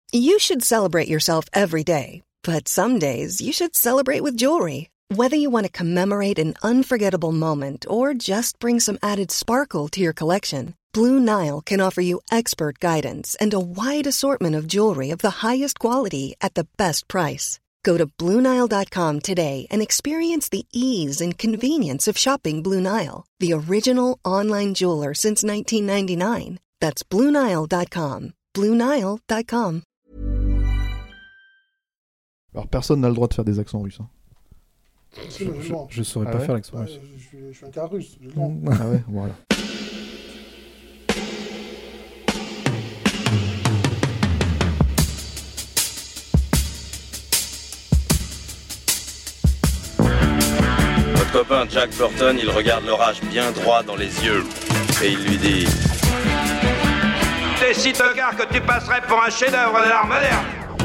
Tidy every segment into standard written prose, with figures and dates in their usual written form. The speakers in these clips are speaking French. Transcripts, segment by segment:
You should celebrate yourself every day, but some days you should celebrate with jewelry. Whether you want to commemorate an unforgettable moment or just bring some added sparkle to your collection, Blue Nile can offer you expert guidance and a wide assortment of jewelry of the highest quality at the best price. Go to BlueNile.com today and experience the ease and convenience of shopping Blue Nile, the original online jeweler since 1999. That's BlueNile.com. BlueNile.com. Alors personne n'a le droit de faire des accents russes. Hein. Je saurais pas faire l'accent russe. Je suis un cas russe. Ah ouais, voilà. Votre copain Jack Burton, il regarde l'orage bien droit dans les yeux et il lui dit: T'es si tocard que tu passerais pour un chef-d'œuvre de l'art moderne.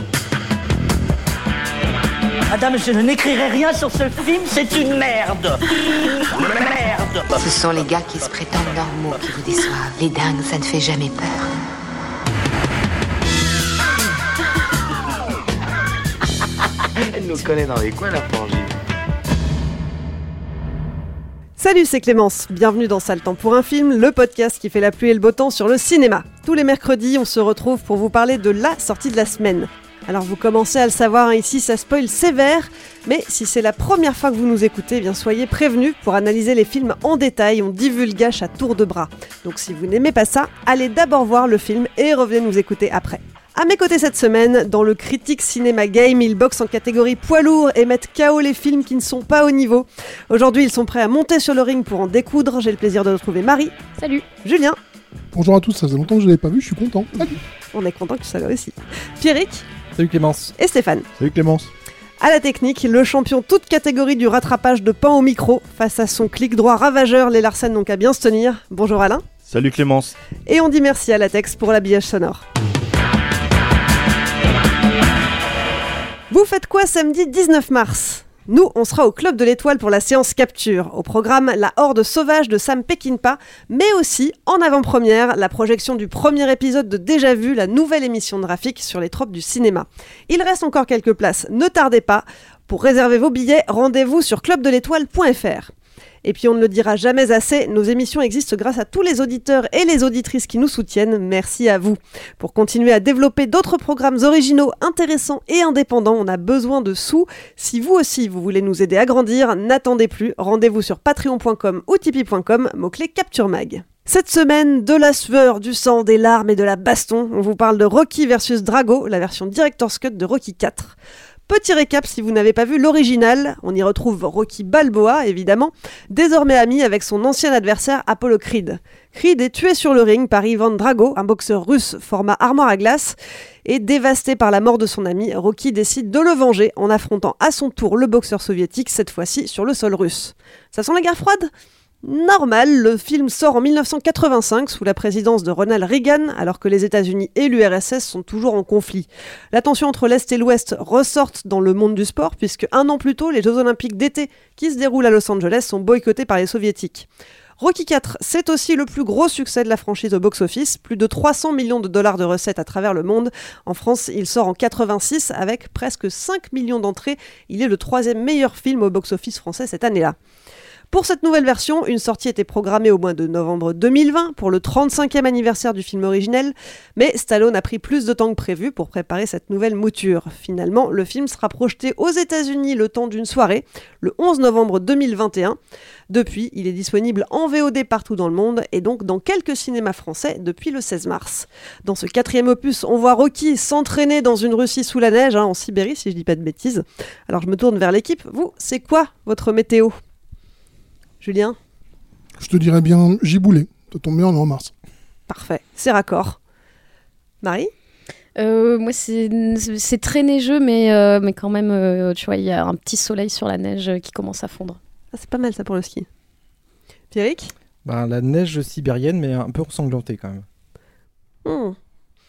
Madame, je n'écrirai rien sur ce film, c'est une merde. Merde. Ce sont les gars qui se prétendent normaux qui vous déçoivent. Les dingues, ça ne fait jamais peur. Elle nous connaît dans les coins, la frangine. Salut, c'est Clémence. Bienvenue dans Sale Temps pour un film, le podcast qui fait la pluie et le beau temps sur le cinéma. Tous les mercredis, on se retrouve pour vous parler de la sortie de la semaine. Alors vous commencez à le savoir, ici ça spoil sévère, mais si c'est la première fois que vous nous écoutez, bien soyez prévenus, pour analyser les films en détail, on divulgage à tour de bras. Donc si vous n'aimez pas ça, allez d'abord voir le film et revenez nous écouter après. À mes côtés cette semaine, dans le Critique Cinéma Game, ils boxent en catégorie poids lourd et mettent KO les films qui ne sont pas au niveau. Aujourd'hui, ils sont prêts à monter sur le ring pour en découdre. J'ai le plaisir de retrouver Marie. Salut. Julien. Bonjour à tous, ça faisait longtemps que je ne l'avais pas vu, je suis content. Salut. On est content que tu sois là aussi. Pierrick. Salut Clémence. Et Stéphane. Salut Clémence. À la technique, le champion toute catégorie du rattrapage de pain au micro. Face à son clic droit ravageur, les Larsen n'ont qu'à bien se tenir. Bonjour Alain. Salut Clémence. Et on dit merci à Latex pour l'habillage sonore. Vous faites quoi samedi 19 mars ? Nous, on sera au Club de l'Étoile pour la séance Capture. Au programme, la Horde sauvage de Sam Peckinpah, mais aussi, en avant-première, la projection du premier épisode de Déjà Vu, la nouvelle émission de Rafik sur les tropes du cinéma. Il reste encore quelques places, ne tardez pas. Pour réserver vos billets, rendez-vous sur clubdelétoile.fr. Et puis on ne le dira jamais assez, nos émissions existent grâce à tous les auditeurs et les auditrices qui nous soutiennent. Merci à vous. Pour continuer à développer d'autres programmes originaux, intéressants et indépendants, on a besoin de sous. Si vous aussi vous voulez nous aider à grandir, n'attendez plus. Rendez-vous sur patreon.com ou tipeee.com, mot-clé Capture Mag. Cette semaine, de la sueur, du sang, des larmes et de la baston, on vous parle de Rocky vs Drago, la version Director's Cut de Rocky 4. Petit récap si vous n'avez pas vu l'original, on y retrouve Rocky Balboa, évidemment, désormais ami avec son ancien adversaire Apollo Creed. Creed est tué sur le ring par Ivan Drago, un boxeur russe format armoire à glace, et dévasté par la mort de son ami, Rocky décide de le venger en affrontant à son tour le boxeur soviétique, cette fois-ci sur le sol russe. Ça sent la guerre froide ? Normal, le film sort en 1985 sous la présidence de Ronald Reagan, alors que les États-Unis et l'URSS sont toujours en conflit. La tension entre l'Est et l'Ouest ressortent dans le monde du sport, puisque un an plus tôt, les Jeux Olympiques d'été qui se déroulent à Los Angeles sont boycottés par les Soviétiques. Rocky IV, c'est aussi le plus gros succès de la franchise au box-office, plus de 300 millions de dollars de recettes à travers le monde. En France, il sort en 86 avec presque 5 millions d'entrées. Il est le 3e meilleur film au box-office français cette année-là. Pour cette nouvelle version, une sortie était programmée au mois de novembre 2020 pour le 35e anniversaire du film originel, mais Stallone a pris plus de temps que prévu pour préparer cette nouvelle mouture. Finalement, le film sera projeté aux États-Unis le temps d'une soirée, le 11 novembre 2021. Depuis, il est disponible en VOD partout dans le monde et donc dans quelques cinémas français depuis le 16 mars. Dans ce 4e opus, on voit Rocky s'entraîner dans une Russie sous la neige, en Sibérie si je dis pas de bêtises. Alors je me tourne vers l'équipe. Vous, c'est quoi votre météo ? Julien ? Je te dirais bien Giboulé. Ça tombe bien, on est en mars. Parfait, c'est raccord. Marie ? Moi, c'est très neigeux, mais quand même, tu vois, il y a un petit soleil sur la neige qui commence à fondre. Ah, c'est pas mal ça pour le ski. Pierrick ? La neige sibérienne, mais un peu ensanglantée quand même. Steph ?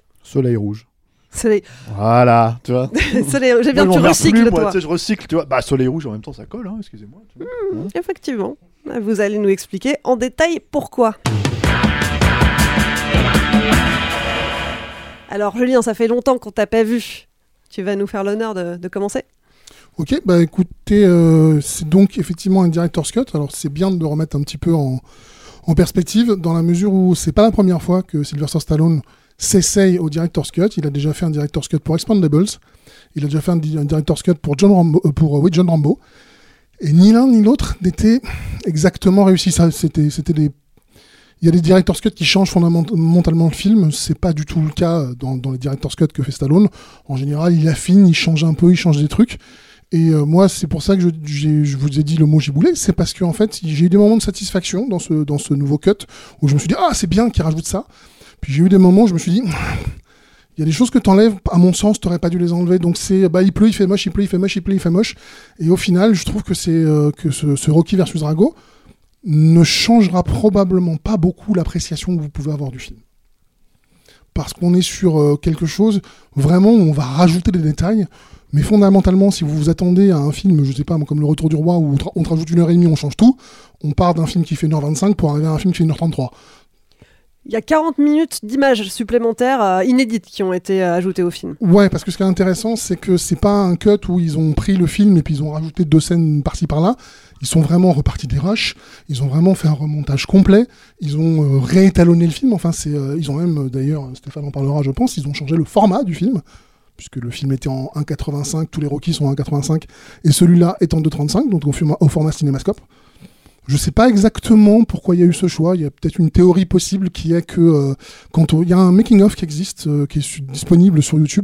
Soleil rouge. Soleil. Voilà, tu vois. Soleil rouge. J'aime bien que tu recycles, toi. Je recycle, tu vois. Bah, soleil rouge, en même temps, ça colle, hein, excusez-moi. Tu vois. Effectivement. Vous allez nous expliquer en détail pourquoi. Alors Julien, ça fait longtemps qu'on t'a pas vu. Tu vas nous faire l'honneur de commencer. Ok, bah écoutez, c'est donc effectivement un director's cut. Alors c'est bien de le remettre un petit peu en perspective, dans la mesure où c'est pas la première fois que Sylvester Stallone s'essaye au director's cut. Il a déjà fait un director's cut pour Expendables. Il a déjà fait un director's cut pour John Rambo. Et ni l'un ni l'autre n'était exactement réussi. Ça, il y a des director's cut qui changent fondamentalement le film. C'est pas du tout le cas dans les director's cut que fait Stallone. En général, il affine, il change un peu, il change des trucs. Et moi, c'est pour ça que je vous ai dit le mot giboulé. C'est parce qu'en fait, j'ai eu des moments de satisfaction dans ce nouveau cut où je me suis dit, ah, c'est bien qu'il rajoute ça. Puis j'ai eu des moments où je me suis dit, il y a des choses que t'enlèves, à mon sens, t'aurais pas dû les enlever. Donc c'est, il pleut, il fait moche, il pleut, il fait moche, il pleut, il fait moche. Et au final, je trouve que ce Rocky versus Drago ne changera probablement pas beaucoup l'appréciation que vous pouvez avoir du film. Parce qu'on est sur quelque chose, vraiment, où on va rajouter des détails. Mais fondamentalement, si vous vous attendez à un film, je sais pas, comme Le Retour du Roi, où on te rajoute 1h30, on change tout, on part d'un film qui fait 1h25 pour arriver à un film qui fait 1h33. Il y a 40 minutes d'images supplémentaires inédites qui ont été ajoutées au film. Ouais, parce que ce qui est intéressant, c'est que c'est pas un cut où ils ont pris le film et puis ils ont rajouté 2 scènes par-ci par-là. Ils sont vraiment repartis des rushs, ils ont vraiment fait un remontage complet, ils ont réétalonné le film, enfin ils ont même, d'ailleurs, Stéphane en parlera je pense, ils ont changé le format du film, puisque le film était en 1,85, tous les Rocky sont en 1,85, et celui-là est en 2,35, donc au format cinémascope. Je sais pas exactement pourquoi il y a eu ce choix, il y a peut-être une théorie possible qui est que il y a un making-of qui existe, qui est disponible sur YouTube,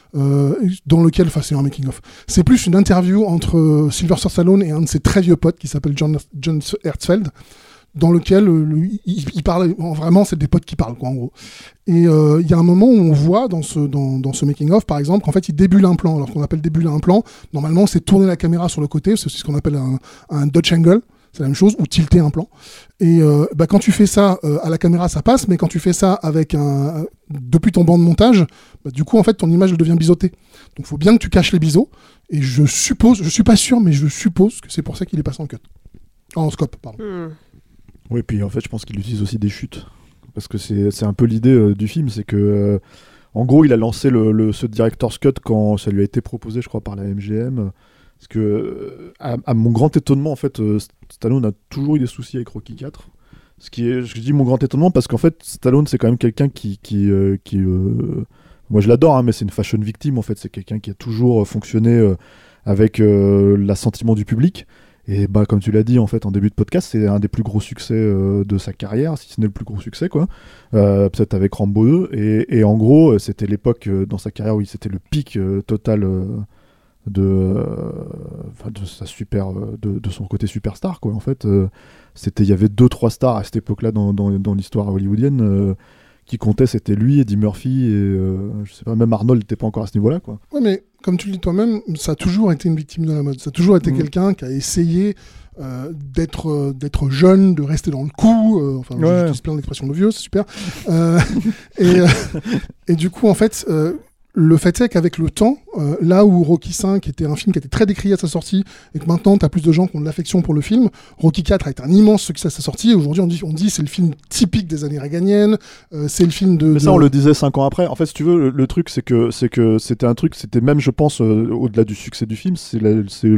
dans lequel, enfin c'est un making-of, c'est plus une interview entre Sylvester Stallone et un de ses très vieux potes qui s'appelle John Hertzfeld, dans lequel il parle, vraiment c'est des potes qui parlent quoi en gros. Et il y a un moment où on voit dans ce making-of par exemple qu'en fait il débule un plan. Alors qu'on appelle débuler un plan, normalement c'est tourner la caméra sur le côté, c'est ce qu'on appelle un Dutch angle. C'est la même chose, ou tilter un plan. Et quand tu fais ça à la caméra, ça passe, mais quand tu fais ça avec depuis ton banc de montage, du coup, en fait, ton image devient biseautée. Donc, il faut bien que tu caches les biseaux. Et je suis pas sûr, mais je suppose que c'est pour ça qu'il est passé en cut. En scope, pardon. Oui, puis en fait, je pense qu'il utilise aussi des chutes. Parce que c'est un peu l'idée du film, c'est que, en gros, il a lancé ce director's cut quand ça lui a été proposé, je crois, par la MGM. Parce que, à mon grand étonnement, en fait, Stallone a toujours eu des soucis avec Rocky 4. Je dis mon grand étonnement parce qu'en fait, Stallone, c'est quand même quelqu'un qui moi je l'adore, hein, mais c'est une fashion victime, en fait. C'est quelqu'un qui a toujours fonctionné avec l'assentiment du public. Et comme tu l'as dit, en fait, en début de podcast, c'est un des plus gros succès de sa carrière, si ce n'est le plus gros succès, quoi. Peut-être avec Rambo 2. Et en gros, c'était l'époque dans sa carrière où c'était le pic total... de son côté superstar quoi en fait il y avait 2-3 stars à cette époque-là dans l'histoire hollywoodienne qui comptaient, c'était lui, Eddie Murphy et je sais pas, même Arnold n'était pas encore à ce niveau-là quoi. Ouais, mais comme tu le dis toi-même, ça a toujours été une victime de la mode, ça a toujours été quelqu'un qui a essayé d'être jeune, de rester dans le coup, j'utilise plein d'expressions de vieux, c'est super. Et du coup en fait le fait est qu'avec le temps, là où Rocky V était un film qui était très décrié à sa sortie, et que maintenant tu as plus de gens qui ont de l'affection pour le film, Rocky IV a été un immense succès à sa sortie, et aujourd'hui on dit c'est le film typique des années réganiennes, c'est le film de... Mais ça on le disait 5 ans après, en fait si tu veux, le truc c'est que c'était un truc, c'était même je pense, au-delà du succès du film, c'est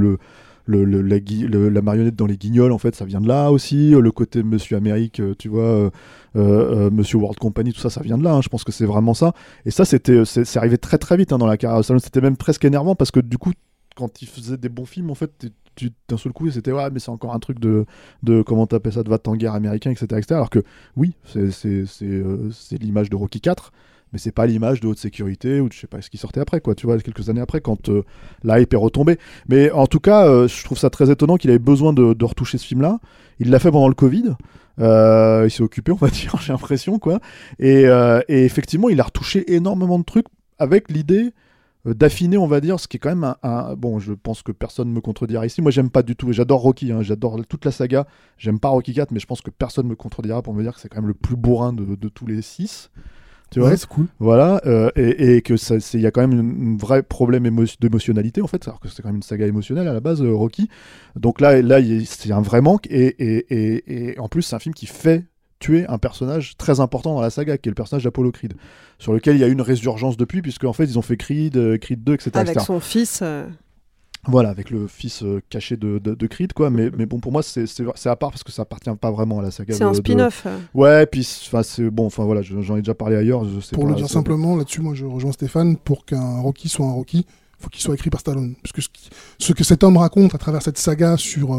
la marionnette dans les Guignols, en fait, ça vient de là aussi. Le côté Monsieur Amérique, tu vois, Monsieur World Company, tout ça, ça vient de là. Hein. Je pense que c'est vraiment ça. Et ça, c'est arrivé très très vite dans la carrière de Stallone. C'était même presque énervant parce que du coup, quand il faisait des bons films, en fait, d'un seul coup, c'était ouais, mais c'est encore un truc de comment t'appelles ça, de va en guerre américain, etc., etc. Alors que oui, c'est l'image de Rocky IV. Mais c'est pas l'image de haute sécurité ou de je sais pas ce qui sortait après quoi, tu vois, quelques années après quand la hype est retombée. Mais en tout cas, je trouve ça très étonnant qu'il avait besoin de retoucher ce film-là. Il l'a fait pendant le Covid. Il s'est occupé, on va dire, j'ai l'impression quoi. Et effectivement, il a retouché énormément de trucs avec l'idée d'affiner, on va dire, ce qui est quand même bon, je pense que personne ne me contredira ici. Moi, j'aime pas du tout, et j'adore Rocky, hein, j'adore toute la saga. J'aime pas Rocky 4, mais je pense que personne ne me contredira pour me dire que c'est quand même le plus bourrin de tous les 6. Tu vois, c'est cool. Voilà, et que il y a quand même un vrai problème d'émotionnalité en fait, alors que c'est quand même une saga émotionnelle à la base, Rocky. Donc là, c'est un vrai manque, et en plus c'est un film qui fait tué un personnage très important dans la saga, qui est le personnage d'Apollo Creed, sur lequel il y a eu une résurgence depuis, puisque en fait ils ont fait Creed 2, etc. Avec son fils. Voilà, avec le fils caché de Creed, quoi. Mais bon, pour moi, c'est à part parce que ça appartient pas vraiment à la saga. C'est un spin-off. Ouais, puis c'est bon. Enfin voilà, j'en ai déjà parlé ailleurs. Pour le dire simplement, là-dessus, moi, je rejoins Stéphane. Pour qu'un Rocky soit un Rocky, il faut qu'il soit écrit par Stallone. Parce que ce que cet homme raconte à travers cette saga sur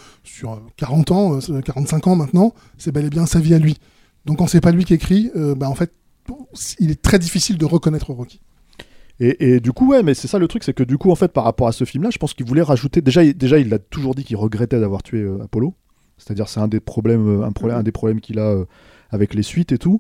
40 ans, 45 ans maintenant, c'est bel et bien sa vie à lui. Donc quand c'est pas lui qui écrit, en fait, il est très difficile de reconnaître Rocky. Et du coup, ouais, mais c'est ça le truc, c'est que du coup, en fait, par rapport à ce film-là, je pense qu'il voulait rajouter. Déjà, il a toujours dit qu'il regrettait d'avoir tué Apollo. C'est-à-dire, c'est un des problèmes qu'il a avec les suites et tout.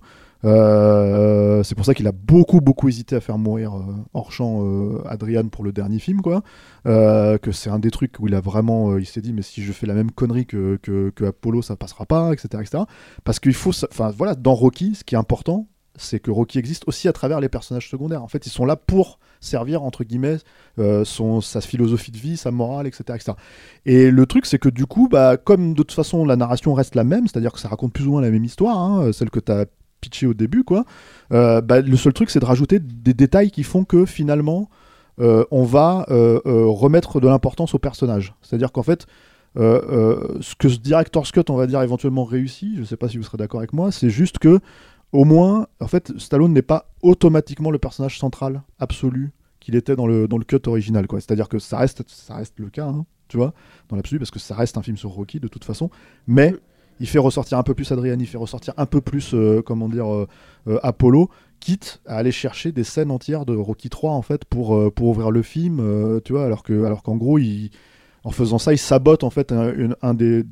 C'est pour ça qu'il a beaucoup hésité à faire mourir hors champ Adrian pour le dernier film, quoi. Que c'est un des trucs où il a vraiment, il s'est dit, mais si je fais la même connerie que Apollo, ça passera pas, etc. Parce qu'il faut, enfin voilà, dans Rocky, ce qui est important, c'est que Rocky existe aussi à travers les personnages secondaires. En fait, ils sont là pour servir, entre guillemets, sa philosophie de vie, sa morale, etc. Et le truc, c'est que du coup, comme de toute façon la narration reste la même, c'est-à-dire que ça raconte plus ou moins la même histoire, hein, celle que tu as pitchée au début, quoi. Le seul truc, c'est de rajouter des détails qui font que finalement, on va remettre de l'importance aux personnages. C'est-à-dire qu'en fait, ce que ce director's cut, on va dire, éventuellement réussi, je ne sais pas si vous serez d'accord avec moi, c'est juste que au moins, en fait, Stallone n'est pas automatiquement le personnage central absolu qu'il était dans le cut original, quoi. C'est-à-dire que ça reste le cas, hein, tu vois, dans l'absolu, parce que ça reste un film sur Rocky de toute façon, mais il fait ressortir un peu plus Adrian, il fait ressortir un peu plus, Apollo, quitte à aller chercher des scènes entières de Rocky 3 en fait pour ouvrir le film, tu vois, alors qu'en gros en faisant ça, il sabote en fait un des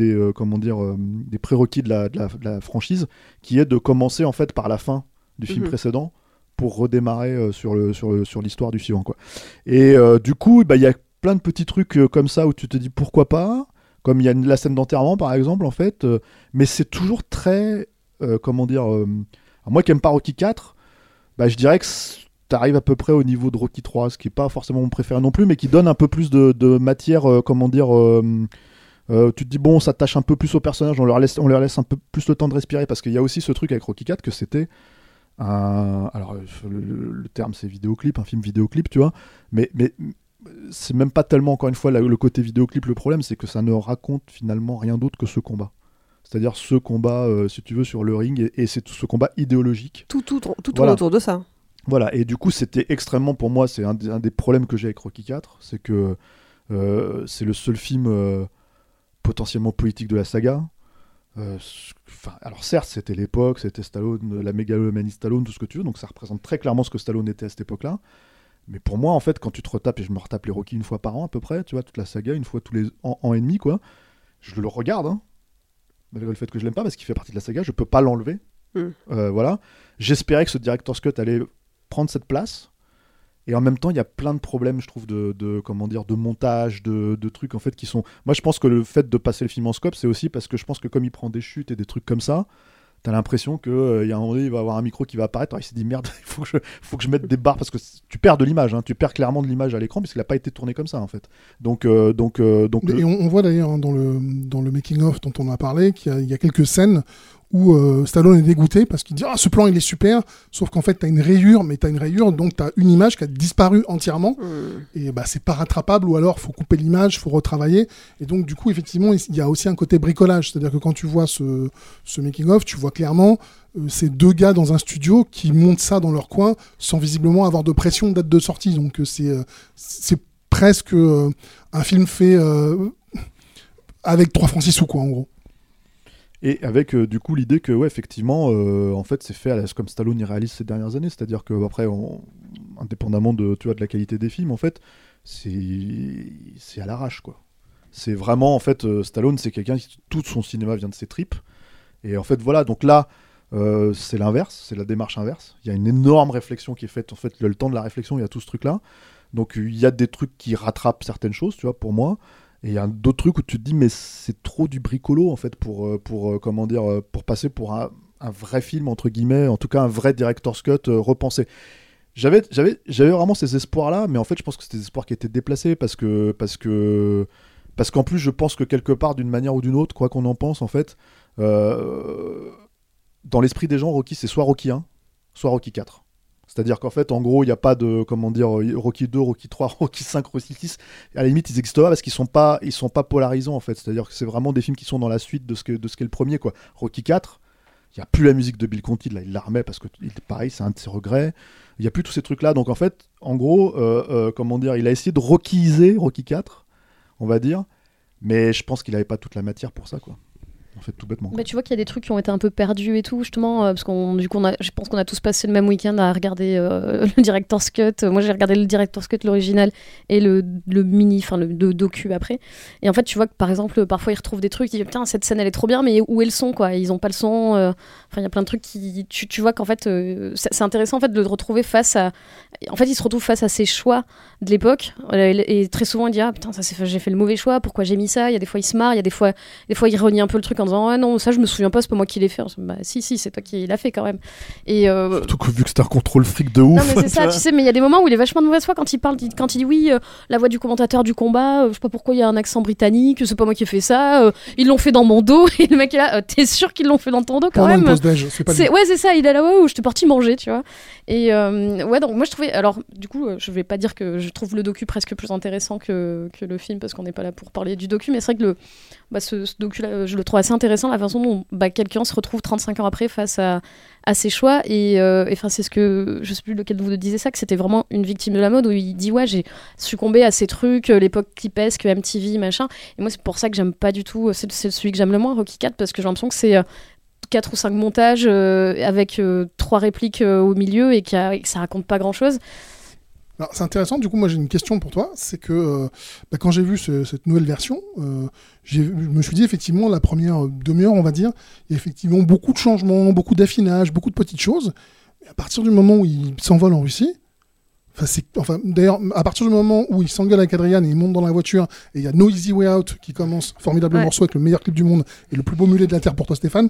prérequis de la franchise, qui est de commencer en fait par la fin du film précédent pour redémarrer sur l'histoire du suivant, quoi. Et du coup, il y a plein de petits trucs comme ça où tu te dis pourquoi pas, comme il y a la scène d'enterrement par exemple en fait, mais c'est toujours très moi qui aime pas Rocky 4, je dirais que t'arrives à peu près au niveau de Rocky 3, ce qui est pas forcément mon préféré non plus, mais qui donne un peu plus de matière, tu te dis bon, ça tâche un peu plus aux personnages, on leur laisse un peu plus le temps de respirer, parce qu'il y a aussi ce truc avec Rocky 4 que c'était le terme c'est vidéoclip, un film vidéoclip, tu vois, mais c'est même pas tellement, encore une fois, le côté vidéoclip, le problème c'est que ça ne raconte finalement rien d'autre que ce combat. C'est-à-dire ce combat, si tu veux, sur le ring, et c'est ce combat idéologique. Tout tourne autour de ça. Voilà, et du coup, c'était extrêmement, pour moi, c'est un des problèmes que j'ai avec Rocky 4, c'est que c'est le seul film potentiellement politique de la saga. Alors certes, c'était l'époque, c'était Stallone, la mégalomanie Stallone, tout ce que tu veux, donc ça représente très clairement ce que Stallone était à cette époque-là. Mais pour moi, en fait, quand tu te retapes, et je me retape les Rocky une fois par an à peu près, tu vois, toute la saga, une fois tous les ans et demi, quoi, je le regarde, hein, malgré le fait que je l'aime pas, parce qu'il fait partie de la saga, je peux pas l'enlever. Voilà. J'espérais que ce director's cut allait prendre cette place, et en même temps il y a plein de problèmes, je trouve, de montage, de trucs en fait qui sont, moi je pense que le fait de passer le film en scope, c'est aussi parce que je pense que comme il prend des chutes et des trucs comme ça, t'as l'impression que y a un moment donné, il va avoir un micro qui va apparaître, alors il s'est dit merde, il faut que je mette des barres, parce que tu perds de l'image, hein, tu perds clairement de l'image à l'écran, puisqu'il n'a pas été tourné comme ça en fait. Donc et on voit d'ailleurs, hein, dans le making of dont on a parlé, qu'il y a quelques scènes où Stallone est dégoûté parce qu'il dit ce plan il est super, sauf qu'en fait t'as une rayure, donc t'as une image qui a disparu entièrement, et c'est pas rattrapable, ou alors faut couper l'image, faut retravailler, et donc du coup effectivement il y a aussi un côté bricolage, c'est-à-dire que quand tu vois ce making of, tu vois clairement ces deux gars dans un studio qui montent ça dans leur coin sans visiblement avoir de pression de date de sortie, donc c'est presque un film fait avec 3 francs 6 sous, quoi, en gros. Et avec du coup l'idée que effectivement en fait c'est fait comme Stallone y réalise ces dernières années, c'est-à-dire que après indépendamment de la qualité des films, en fait c'est à l'arrache, quoi. C'est vraiment, en fait, Stallone, c'est quelqu'un qui, tout son cinéma vient de ses tripes, et en fait voilà, donc là c'est l'inverse, c'est la démarche inverse. Il y a une énorme réflexion qui est faite, en fait, le temps de la réflexion, il y a tout ce truc là, donc il y a des trucs qui rattrapent certaines choses, tu vois, pour moi. Et il y a d'autres trucs où tu te dis mais c'est trop du bricolo en fait pour passer pour un vrai film entre guillemets, en tout cas un vrai director's cut repensé. J'avais vraiment ces espoirs là, mais en fait je pense que c'était des espoirs qui étaient déplacés parce qu'en plus je pense que quelque part d'une manière ou d'une autre, quoi qu'on en pense en fait, dans l'esprit des gens, Rocky, c'est soit Rocky 1, soit Rocky 4. C'est-à-dire qu'en fait, en gros, il n'y a pas de, comment dire, Rocky 2, Rocky 3, Rocky 5, Rocky 6. À la limite, ils n'existent pas parce qu'ils sont pas polarisants, en fait. C'est-à-dire que c'est vraiment des films qui sont dans la suite de ce qu'est le premier, quoi. Rocky 4, il n'y a plus la musique de Bill Conti, là, il la remet parce que, pareil, c'est un de ses regrets. Il n'y a plus tous ces trucs-là. Donc, en fait, en gros, comment dire, il a essayé de rockiser Rocky 4, on va dire. Mais je pense qu'il n'avait pas toute la matière pour ça, quoi. En fait, tout bêtement. Bah, tu vois qu'il y a des trucs qui ont été un peu perdus et tout, justement, parce je pense qu'on a tous passé le même week-end à regarder le Director's Cut. Moi, j'ai regardé le Director's Cut, l'original, et le mini, enfin le docu après. Et en fait, tu vois que par exemple, parfois ils retrouvent des trucs, ils disent putain, cette scène elle est trop bien, mais où est le son, quoi? Ils ont pas le son. Enfin, il y a plein de trucs qui. Tu vois qu'en fait, c'est intéressant en fait de le retrouver face à. En fait, il se retrouve face à ses choix de l'époque, et très souvent il dit ah putain, j'ai fait le mauvais choix, pourquoi j'ai mis ça? Il y a des fois il se marre, il y a des fois il renie un peu le truc en disant ah non, ça je me souviens pas, c'est pas moi qui l'ai fait. Bah si, c'est toi qui l'as fait quand même. Et surtout que vu que c'est un contrôle fric de ouf. Non mais c'est ça, tu sais, mais il y a des moments où il est vachement de mauvaise foi quand il dit oui, la voix du commentateur du combat, je sais pas pourquoi il y a un accent britannique, c'est pas moi qui ai fait ça, ils l'ont fait dans mon dos, et le mec est là, t'es sûr qu'ils l'ont fait dans ton dos quand même? Ouais, c'est ça, il est là où j'étais parti manger, tu vois. Et ouais, donc moi je trouvais, alors du coup je vais pas dire que je trouve le docu presque plus intéressant que le film parce qu'on n'est pas là pour parler du docu, mais c'est vrai que ce docu là je le trouve assez intéressant, la façon dont quelqu'un se retrouve 35 ans après face à ses choix, et enfin c'est ce que je sais plus lequel de vous disait ça, que c'était vraiment une victime de la mode, où il dit ouais, j'ai succombé à ces trucs, l'époque clipesque, MTV machin, et moi c'est pour ça que j'aime pas du tout, c'est celui que j'aime le moins, Rocky 4, parce que j'ai l'impression que c'est 4 ou 5 montages avec 3 répliques au milieu et que ça raconte pas grand chose. Alors, c'est intéressant, du coup moi j'ai une question pour toi, c'est que quand j'ai vu cette nouvelle version, je me suis dit effectivement la première demi-heure on va dire, il y a effectivement beaucoup de changements, beaucoup d'affinage, beaucoup de petites choses, mais à partir du moment où il s'envole en Russie, d'ailleurs, à partir du moment où il s'engueule avec Adrian et il monte dans la voiture, et il y a No Easy Way Out qui commence, formidable morceau avec le meilleur clip du monde et le plus beau mulet de la Terre pour toi Stéphane,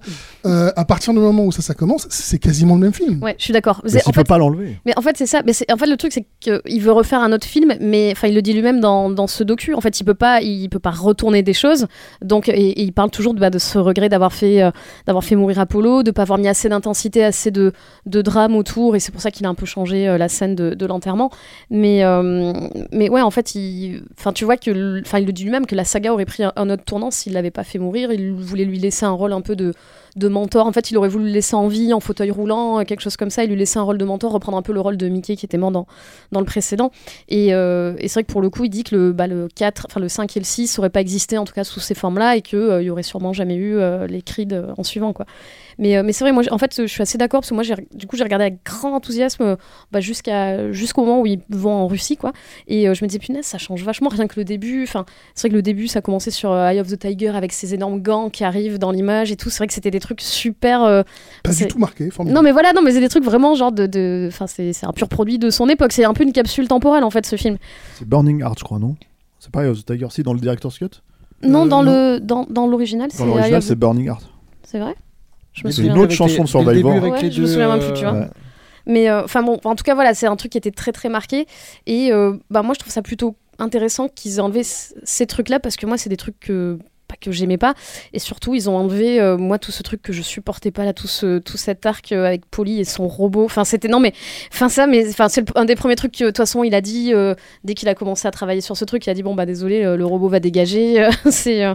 à partir du moment où ça commence, c'est quasiment le même film. Ouais, je suis d'accord. Mais il peut pas l'enlever. Mais en fait, c'est ça. En fait, le truc, c'est qu'il veut refaire un autre film, mais il le dit lui-même dans ce docu. En fait, il peut pas retourner des choses. Donc, et il parle toujours de ce regret d'avoir fait mourir Apollo, de pas avoir mis assez d'intensité, assez de drame autour, et c'est pour ça qu'il a un peu changé la scène de l'enterrement. Mais ouais, en fait, tu vois que, il le dit lui-même que la saga aurait pris un autre tournant s'il l'avait pas fait mourir. Il voulait lui laisser un rôle un peu de mentor. En fait, il aurait voulu le laisser en vie, en fauteuil roulant, quelque chose comme ça. Il lui laissait un rôle de mentor, reprendre un peu le rôle de Mickey qui était mort dans le précédent. Et c'est vrai que pour le coup, il dit que le 4, le 5 et le 6 n'auraient pas existé, en tout cas sous ces formes-là, et qu'il y aurait sûrement jamais eu les Creed en suivant, quoi. Mais c'est vrai, moi, en fait, je suis assez d'accord, parce que moi, j'ai regardé avec grand enthousiasme jusqu'au moment où ils vont en Russie, quoi. Et je me disais, punaise, ça change vachement, rien que le début. Enfin, c'est vrai que le début, ça commençait sur Eye of the Tiger, avec ces énormes gants qui arrivent dans l'image et tout. C'est vrai que c'était des trucs super... pas du tout marqué, formidable. Non, mais voilà, c'est des trucs vraiment genre Enfin, c'est un pur produit de son époque. C'est un peu une capsule temporelle, en fait, ce film. C'est Burning Heart, je crois, non? C'est pas Eye of the Tiger, si, dans le Director's Cut? Non, dans l'original, c'est... Dans l'original, c'est Burning Heart. C'est vrai? C'est une autre chanson de Survivor. Ouais, je me souviens même plus, tu vois. Ouais. Mais en tout cas, voilà, c'est un truc qui était très très marqué. Et moi, je trouve ça plutôt intéressant qu'ils aient enlevé ces trucs-là, parce que moi, c'est des trucs que j'aimais pas. Et surtout, ils ont enlevé, moi, tout ce truc que je supportais pas, là, tout cet arc avec Polly et son robot. Enfin, c'était... Non, mais... c'est un des premiers trucs que, de toute façon, il a dit, dès qu'il a commencé à travailler sur ce truc, il a dit, bon, désolé, le robot va dégager. Et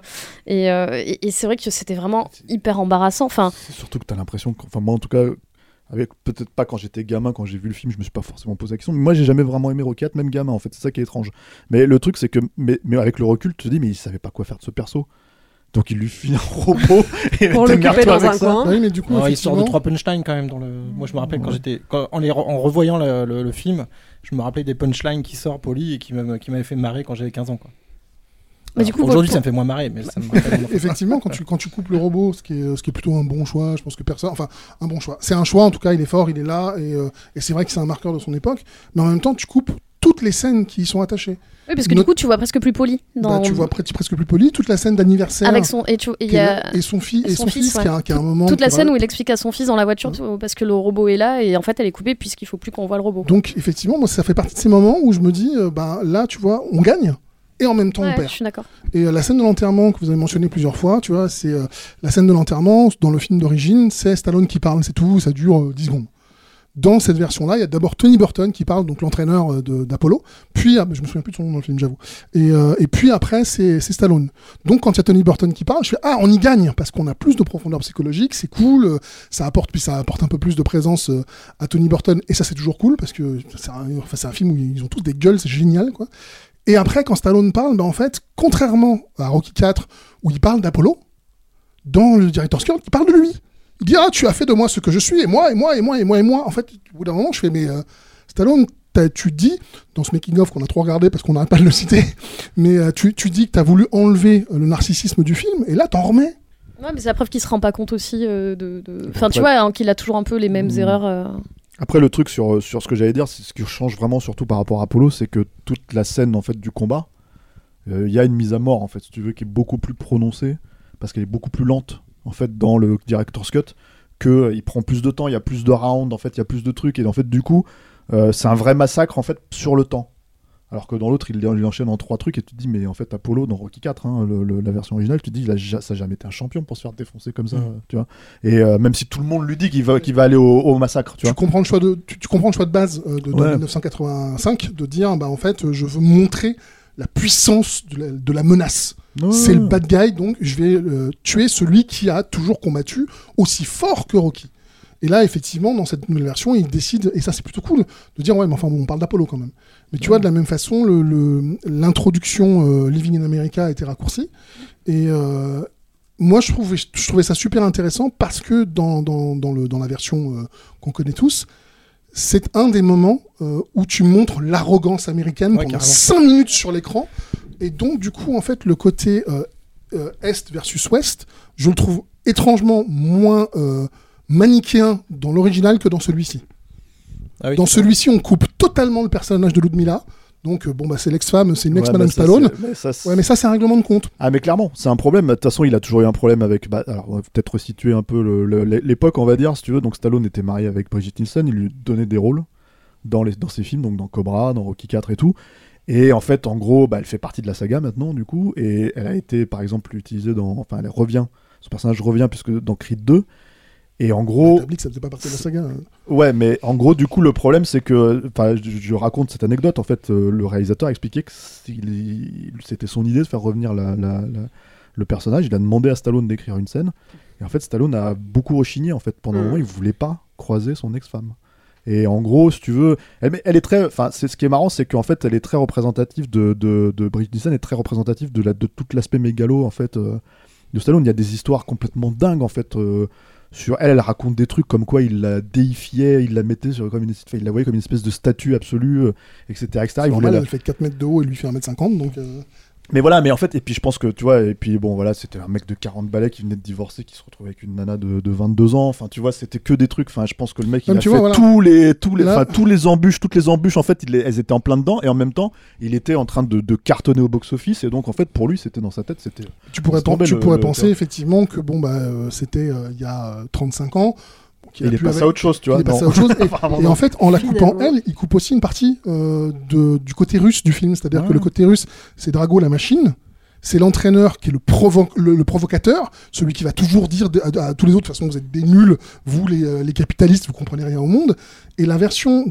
c'est vrai que c'était vraiment hyper embarrassant. Enfin... C'est surtout que t'as l'impression... moi, en tout cas... peut-être pas quand j'étais gamin, quand j'ai vu le film, je me suis pas forcément posé la question. Mais moi, j'ai jamais vraiment aimé Rocky 4, même gamin, en fait. C'est ça qui est étrange. Mais le truc, c'est que, mais avec le recul, tu te dis, mais il savait pas quoi faire de ce perso. Donc il lui file un robot et pour l'occuper dans un coin. Oui, mais du coup, il sort de 3 punchlines quand même. Moi, je me rappelle en revoyant le film, je me rappelais des punchlines qui sortent Polly et qui m'avaient fait marrer quand j'avais 15 ans, quoi. Mais du coup, aujourd'hui, ça me fait moins marrer, mais ça me effectivement, quand tu coupes le robot, ce qui est plutôt un bon choix, je pense que personne, enfin, un bon choix. C'est un choix, en tout cas, il est fort, il est là, et c'est vrai que c'est un marqueur de son époque, mais en même temps, tu coupes toutes les scènes qui y sont attachées. Oui, parce que du coup, tu vois presque plus Polly. Tu vois presque plus Polly, toute la scène d'anniversaire. Avec son son fils, qui a un moment. Toute la scène où il explique à son fils dans la voiture parce que le robot est là, et en fait, elle est coupée puisqu'il faut plus qu'on voit le robot. Donc, effectivement, moi, ça fait partie de ces moments où je me dis, là, tu vois, on gagne. et en même temps on perd. Je suis d'accord. Et la scène de l'enterrement que vous avez mentionné plusieurs fois, tu vois, c'est la scène de l'enterrement dans le film d'origine, c'est Stallone qui parle, c'est tout, ça dure 10 secondes. Dans cette version-là, il y a d'abord Tony Burton qui parle, donc l'entraîneur d'Apollo, puis, je me souviens plus de son nom dans le film, j'avoue, et puis après, c'est Stallone. Donc quand il y a Tony Burton qui parle, je fais « Ah, on y gagne !» parce qu'on a plus de profondeur psychologique, c'est cool, ça apporte un peu plus de présence à Tony Burton, et ça c'est toujours cool, parce que c'est un film où ils ont tous des gueules, c'est génial, quoi. Et après, quand Stallone parle, en fait, contrairement à Rocky IV, où il parle d'Apollo, dans le Director's Cut, il parle de lui. Il dit « Ah, tu as fait de moi ce que je suis, et moi. » En fait, au bout d'un moment, je fais « Mais Stallone, tu dis, dans ce making-of qu'on a trop regardé parce qu'on n'arrête pas de le citer, mais tu dis que tu as voulu enlever le narcissisme du film, et là, t'en remets. » Ouais, mais c'est la preuve qu'il se rend pas compte aussi Enfin, tu vois, qu'il a toujours un peu les mêmes erreurs. Après, le truc sur ce que j'allais dire, c'est ce qui change vraiment, surtout par rapport à Apollo, c'est que toute la scène en fait, du combat, il y a une mise à mort, en fait, si tu veux, qui est beaucoup plus prononcée, parce qu'elle est beaucoup plus lente. En fait, dans le Director's Cut, il prend plus de temps, il y a plus de rounds, en fait, il y a plus de trucs, et en fait, du coup, c'est un vrai massacre, en fait, sur le temps. Alors que dans l'autre, il enchaîne en 3 trucs, et tu te dis, mais en fait, Apollo, dans Rocky IV, la version originale, tu te dis, ça n'a jamais été un champion pour se faire défoncer comme ça, tu vois. Et même si tout le monde lui dit qu'il va aller au massacre, tu vois. Tu comprends le choix de base de 1985, de dire, en fait, je veux montrer la puissance de la menace. C'est le bad guy, donc je vais tuer celui qui a toujours combattu aussi fort que Rocky. Et là, effectivement, dans cette nouvelle version, il décide, et ça c'est plutôt cool, de dire, ouais, mais enfin, on parle d'Apollo quand même. Mais tu vois, de la même façon, l'introduction Living in America a été raccourcie. Et moi, je trouvais ça super intéressant parce que dans la version qu'on connaît tous, c'est un des moments où tu montres l'arrogance américaine pendant 5 minutes sur l'écran. Et donc, du coup, en fait, le côté Est versus Ouest, je le trouve étrangement moins manichéen dans l'original que dans celui-ci. Ah oui, dans celui-ci, on coupe totalement le personnage de Ludmilla. Donc, c'est l'ex-femme, c'est une ex-Madame Stallone. Mais ça, c'est un règlement de compte. Ah, mais clairement, c'est un problème. De toute façon, il a toujours eu un problème avec. Alors, on va peut-être resituer un peu l'époque, on va dire, si tu veux. Donc, Stallone était marié avec Brigitte Nielsen. Il lui donnait des rôles dans ses films, donc dans Cobra, dans Rocky IV et tout. Et en fait, en gros, elle fait partie de la saga maintenant, du coup. Et elle a été, par exemple, utilisée Enfin, son personnage revient, puisque dans Creed 2. Et en gros... que ça faisait pas partie de la saga. Ouais, mais en gros, du coup, le problème, c'est que... Enfin, je raconte cette anecdote. En fait, le réalisateur a expliqué que c'était son idée de faire revenir le personnage. Il a demandé à Stallone d'écrire une scène. Et en fait, Stallone a beaucoup rechigné. En fait, pendant un moment, il voulait pas croiser son ex-femme. Et en gros, si tu veux... Elle est très... Enfin, ce qui est marrant, c'est qu'en fait, elle est très représentative de Brigitte Nielsen est très représentative de tout l'aspect mégalo, en fait, de Stallone. Il y a des histoires complètement dingues, en fait... Sur elle raconte des trucs comme quoi il la déifiait, il la mettait il la voyait comme une espèce de statue absolue, etc. C'est normal, elle fait 4 mètres de haut et lui fait 1m50, donc... Mais voilà, mais en fait, et puis je pense que, tu vois, et puis bon, voilà, c'était un mec de 40 balais qui venait de divorcer, qui se retrouvait avec une nana de 22 ans, enfin, tu vois, c'était que des trucs, enfin, je pense que le mec, il a fait toutes les embûches, en fait, elles étaient en plein dedans, et en même temps, il était en train de cartonner au box-office, et donc, en fait, pour lui, c'était dans sa tête, c'était... Tu pourrais penser, effectivement, que, c'était il y a 35 ans, il est passé à autre chose, tu vois. Et en fait, en la coupant il coupe aussi une partie du côté russe du film. C'est-à-dire que le côté russe, c'est Drago la machine, c'est l'entraîneur qui est le provocateur, celui qui va toujours dire à tous les autres, de toute façon, vous êtes des nuls, vous les capitalistes, vous comprenez rien au monde. Et la version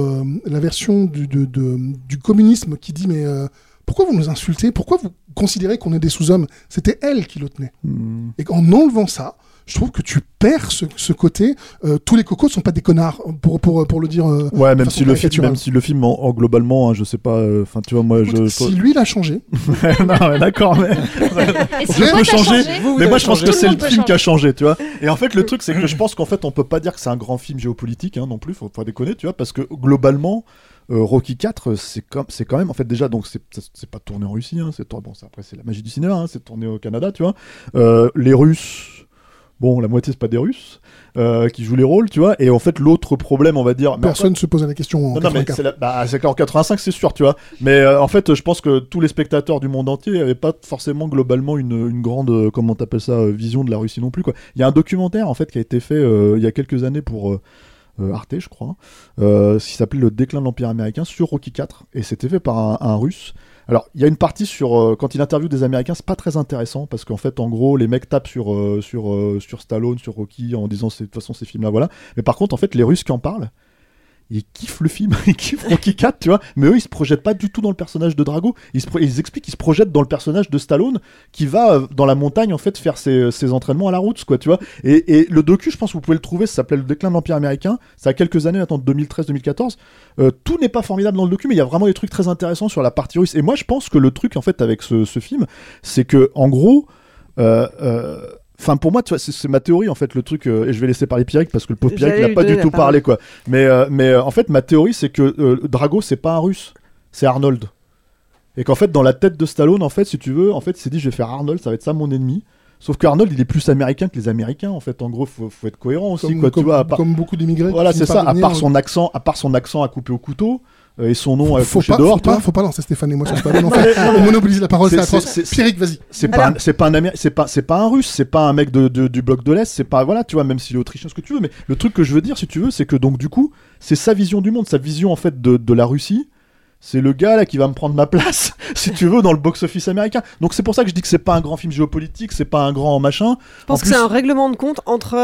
du communisme qui dit, mais pourquoi vous nous insultez ? Pourquoi vous considérez qu'on est des sous-hommes ? C'était elle qui le tenait. Et en enlevant ça, je trouve que tu perds ce côté. Tous les cocos sont pas des connards, pour le dire. Ouais, même si le film, en globalement, je sais pas. Enfin, tu vois, moi, si lui il a changé. Non, mais d'accord, mais je peux changer. Mais moi, je pense que c'est le film qui a changé, tu vois. Et en fait, le truc, c'est que je pense qu'en fait, on peut pas dire que c'est un grand film géopolitique, non plus. Faut pas déconner, tu vois, parce que globalement. Rocky IV, c'est quand même en fait déjà, donc c'est pas tourné en Russie, après c'est la magie du cinéma, c'est tourné au Canada, tu vois. Les Russes, la moitié c'est pas des Russes qui jouent les rôles, tu vois. Et en fait l'autre problème, on va dire, personne se posait la question en 84. C'est en 85, c'est sûr, tu vois. Mais en fait, je pense que tous les spectateurs du monde entier avaient pas forcément globalement une grande, comment t'appelles ça, vision de la Russie non plus, quoi. Il y a un documentaire en fait qui a été fait il y a quelques années pour Arte, je crois, qui s'appelait Le déclin de l'Empire américain sur Rocky IV, et c'était fait par un Russe. Alors, il y a une partie sur quand il interviewe des Américains, c'est pas très intéressant parce qu'en fait, en gros, les mecs tapent sur Stallone, sur Rocky en disant de toute façon ces films-là, voilà. Mais par contre, en fait, les Russes qui en parlent, ils kiffent le film, ils kiffent Rocky IV, tu vois. Mais eux, ils se projettent pas du tout dans le personnage de Drago. Ils expliquent qu'ils se projettent dans le personnage de Stallone qui va dans la montagne en fait faire ses entraînements à la route, quoi, tu vois. Et le docu, je pense que vous pouvez le trouver, ça s'appelait Le déclin de l'Empire américain. Ça a quelques années, attends, 2013-2014. Tout n'est pas formidable dans le docu, mais il y a vraiment des trucs très intéressants sur la partie russe. Et moi, je pense que le truc en fait avec ce film, c'est que en gros. Enfin, pour moi, tu vois, c'est ma théorie en fait, le truc, et je vais laisser parler Pierrick parce que le pauvre Pierrick n'a pas du tout parlé, quoi. Mais en fait, ma théorie, c'est que Drago, c'est pas un russe, c'est Arnold. Et qu'en fait, dans la tête de Stallone, en fait, si tu veux, en fait, il s'est dit, je vais faire Arnold, ça va être ça mon ennemi. Sauf qu'Arnold, il est plus américain que les Américains, en fait. En gros, faut être cohérent aussi, quoi, tu vois. Comme beaucoup d'immigrés. Voilà, c'est ça. À part son accent à couper au couteau. Et son nom couché dehors. Faut pas lancer Stéphane et moi sur Stallone. En fait, on monopolise la parole, c'est atroce. Pierrick, vas-y. C'est pas un russe, c'est pas un mec du bloc de l'Est, c'est pas, voilà, tu vois, même s'il est autrichien, ce que tu veux. Mais le truc que je veux dire, si tu veux, c'est que donc du coup, c'est sa vision du monde, sa vision en fait de la Russie. C'est le gars là qui va me prendre ma place, si tu veux, dans le box-office américain. Donc c'est pour ça que je dis que c'est pas un grand film géopolitique, c'est pas un grand machin. Je pense que c'est un règlement de compte entre.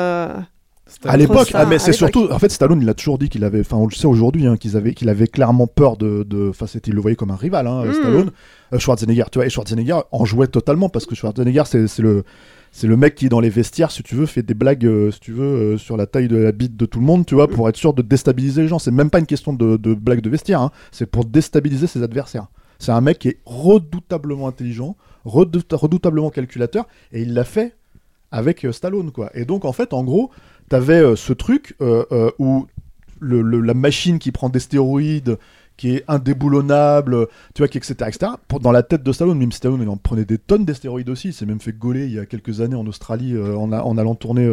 À l'époque, mais c'est surtout, en fait, Stallone, il a toujours dit qu'il avait, enfin, on le sait aujourd'hui, hein, qu'il avait clairement peur enfin, il le voyait comme un rival, hein, Stallone, Schwarzenegger, tu vois, et Schwarzenegger en jouait totalement parce que Schwarzenegger, c'est le mec qui, dans les vestiaires, si tu veux, fait des blagues, si tu veux, sur la taille de la bite de tout le monde, tu vois, pour être sûr de déstabiliser les gens. C'est même pas une question de blague de vestiaire, hein, c'est pour déstabiliser ses adversaires. C'est un mec qui est redoutablement intelligent, redoutablement calculateur, et il l'a fait avec Stallone, quoi. Et donc, en fait, en gros, t'avais ce truc où la machine qui prend des stéroïdes, qui est indéboulonnable, tu vois, etc. Dans la tête de Stallone, même Stallone, il en prenait des tonnes des stéroïdes aussi. Il s'est même fait gauler il y a quelques années en Australie en allant tourner,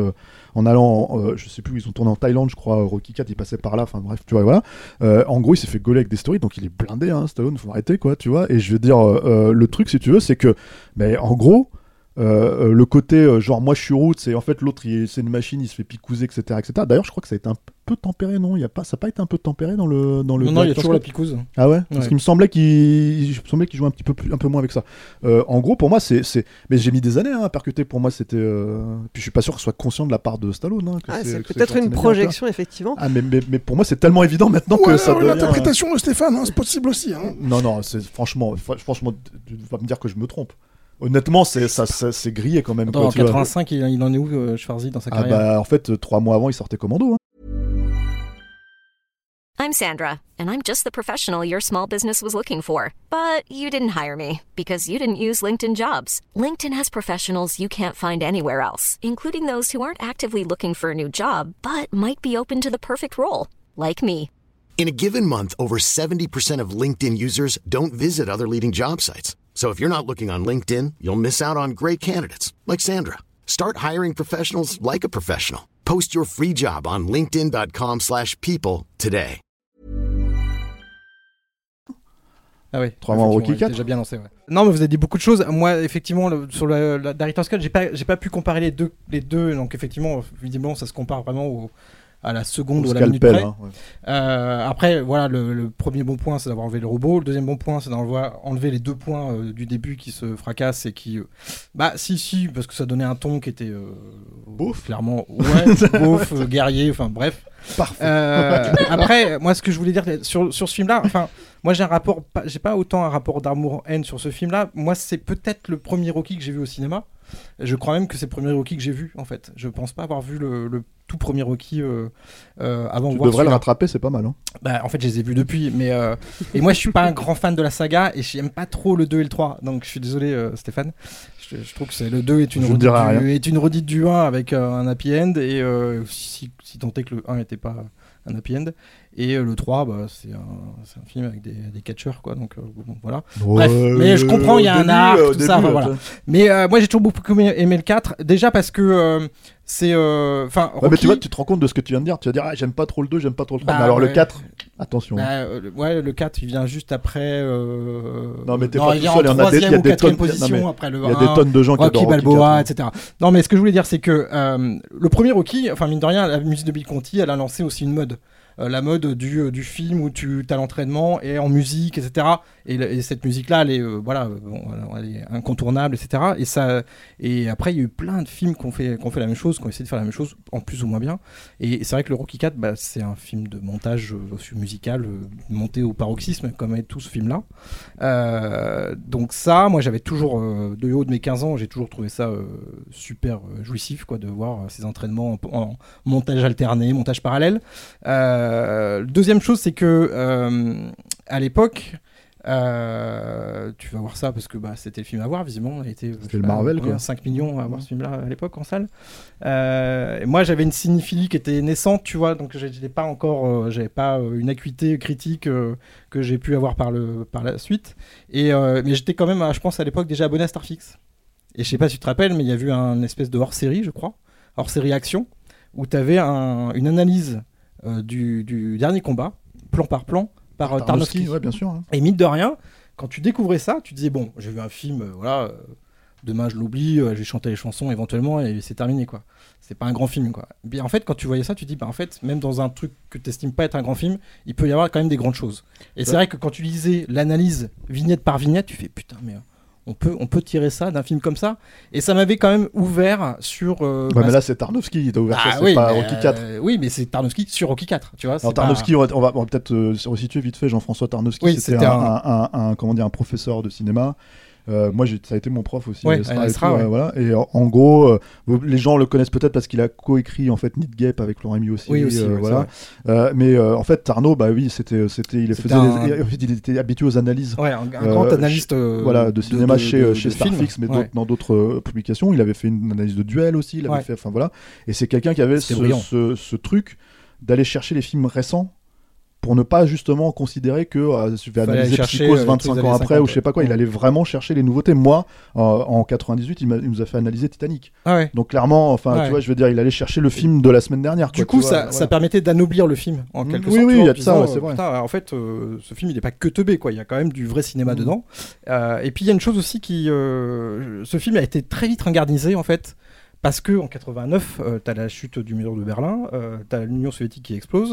je sais plus où ils ont tourné en Thaïlande, je crois, Rocky IV, il passait par là, enfin bref, tu vois, voilà. En gros, il s'est fait gauler avec des stéroïdes, donc il est blindé, hein, Stallone, faut arrêter, quoi, tu vois. Et je veux dire, le truc, si tu veux, c'est que, mais en gros, le côté genre moi je suis route, c'est en fait l'autre c'est une machine, il se fait picouser, etc. D'ailleurs je crois que ça a été un peu tempéré, non, ça n'a pas été un peu tempéré dans le non, il y a toujours la picouse. Ah ouais, parce qu'il me semblait qu'il jouait un peu moins avec ça. En gros pour moi mais j'ai mis des années à percuter, pour moi c'était puis je suis pas sûr que ce soit conscient de la part de Stallone, hein, c'est peut-être une projection, effectivement. Mais pour moi c'est tellement évident maintenant que ça devient l'interprétation de Stéphane, hein, c'est possible aussi, hein. Non, c'est franchement tu vas me dire que je me trompe. Honnêtement, c'est grillé quand même. Attends, en 85, il en est où, Schwarzy, dans sa carrière? Bah, en fait, 3 mois avant, il sortait Commando. Hein. I'm Sandra, and I'm just the professional your small business was looking for. But you didn't hire me, because you didn't use LinkedIn Jobs. LinkedIn has professionals you can't find anywhere else, including those who aren't actively looking for a new job, but might be open to the perfect role, like me. In a given month, over 70% of LinkedIn users don't visit other leading job sites. So if you're not looking on LinkedIn, you'll miss out on great candidates like Sandra. Start hiring professionals like a professional. Post your free job on linkedin.com/people today. Ah oui, 3 mois en Rocky IV. Déjà bien lancé, ouais. Non, mais vous avez dit beaucoup de choses. Moi, effectivement, sur la Director's Cut, j'ai pas pu comparer les deux. Donc effectivement, visiblement, ça se compare vraiment à la seconde ou à la minute près. Hein, ouais. Après, voilà, le premier bon point, c'est d'avoir enlevé le robot. Le deuxième bon point, c'est d'avoir enlevé les 2 points du début qui se fracassent et qui... si, parce que ça donnait un ton qui était... beauf. Clairement, ouais, beauf, guerrier, enfin bref. Parfait. Après, moi, ce que je voulais dire sur ce film-là, enfin, moi, j'ai pas autant un rapport d'amour-haine sur ce film-là. Moi, c'est peut-être le premier Rocky que j'ai vu au cinéma. Je crois même que c'est le premier Rocky que j'ai vu, en fait. Je pense pas avoir vu le tout premier Rocky avant de voir. Tu devrais le rattraper, c'est pas mal. Hein. En fait, je les ai vus depuis, mais et moi, je suis pas un grand fan de la saga et j'aime pas trop le 2 et le 3. Donc, je suis désolé, Stéphane. Je trouve que le 2 est une redite du 1 avec un happy end et si tant est que le 1 n'était pas un happy end. Et le 3, c'est un film avec des catcheurs, quoi. Donc, bon, voilà. Bref, mais je comprends, il y a un art, tout ça. Voilà. Mais moi, j'ai toujours beaucoup aimé le 4. Déjà parce que c'est. Mais tu vois, tu te rends compte de ce que tu viens de dire. Tu vas dire, j'aime pas trop le 2, j'aime pas trop le 3. Mais alors le 4, attention. Le 4, il vient juste après. Non, mais t'es pas tout seul. Il y a des tonnes position après le 1. Il y a des tonnes de gens qui adorent Rocky Balboa, etc. Non, mais ce que je voulais dire, c'est que le premier Rocky, enfin, mine de rien, la musique de Bill Conti, elle a lancé aussi une mode. La mode du film où tu as l'entraînement et en musique, etc. Et cette musique-là, elle est, elle est incontournable, etc. Et après, il y a eu plein de films qui ont fait la même chose, qui ont essayé de faire la même chose, en plus ou moins bien. Et c'est vrai que le Rocky 4, c'est un film de montage musical monté au paroxysme, comme est tout ce film-là. Donc ça, moi, j'avais toujours, de haut de mes 15 ans, j'ai toujours trouvé ça super jouissif, quoi, de voir ces entraînements en montage alterné, montage parallèle. Deuxième chose, c'est que à l'époque, tu vas voir ça parce que c'était le film à voir, visiblement. C'était le Marvel, quoi. 5 millions à voir ce film-là à l'époque en salle. Et moi, j'avais une cinéphilie qui était naissante, tu vois, donc j'étais pas encore, j'avais pas une acuité critique que j'ai pu avoir par la suite. Mais j'étais quand même, je pense à l'époque déjà abonné à Starfix. Et je sais pas si tu te rappelles, mais il y a eu un espèce de hors-série, je crois, hors-série action, où tu avais une analyse du dernier combat, plan par plan, par Tarnowski. Ouais, bien sûr. Hein. Et mine de rien, quand tu découvrais ça, tu disais bon, j'ai vu un film, demain je l'oublie, j'ai chanté les chansons éventuellement et c'est terminé, quoi. C'est pas un grand film, quoi. Mais en fait, quand tu voyais ça, tu dis en fait, même dans un truc que t'estimes pas être un grand film, il peut y avoir quand même des grandes choses. Et c'est vrai que quand tu lisais l'analyse vignette par vignette, tu fais putain, mais on peut tirer ça d'un film comme ça. Et ça m'avait quand même ouvert sur... mais là, c'est Tarnowski qui t'a ouvert ça, c'est pas Rocky 4. Oui, mais c'est Tarnowski sur Rocky 4, tu vois. Alors Tarnowski, on va peut-être resituer vite fait. Jean-François Tarnowski, c'était un professeur de cinéma. Moi, ça a été mon prof aussi. Voilà. Et en gros, les gens le connaissent peut-être parce qu'il a coécrit en fait Need Gap avec Laurent Emi aussi. Oui, aussi, voilà. Mais en fait, Tarnaud, il était habitué aux analyses. Ouais, un grand analyste. De cinéma chez Starfix, mais dans d'autres publications. Il avait fait une analyse de Duel aussi. Il avait fait, enfin voilà. Et c'est quelqu'un qui avait ce truc d'aller chercher les films récents. Pour ne pas justement considérer que je vais analyser Psychose 25 ans après ou je sais pas quoi, il allait vraiment chercher les nouveautés. Moi, en 98, il nous a fait analyser Titanic. Ah ouais. Donc clairement, tu vois, je veux dire, il allait chercher le film de la semaine dernière. Du coup, ça permettait d'anoblir le film en quelque sorte. Oui, il y a de ça, c'est vrai. En fait, ce film, il n'est pas que teubé, quoi. Il y a quand même du vrai cinéma dedans. Et puis il y a une chose aussi ce film a été très vite ringardisé en fait. Parce que en 89, t'as la chute du mur de Berlin, t'as l'Union soviétique qui explose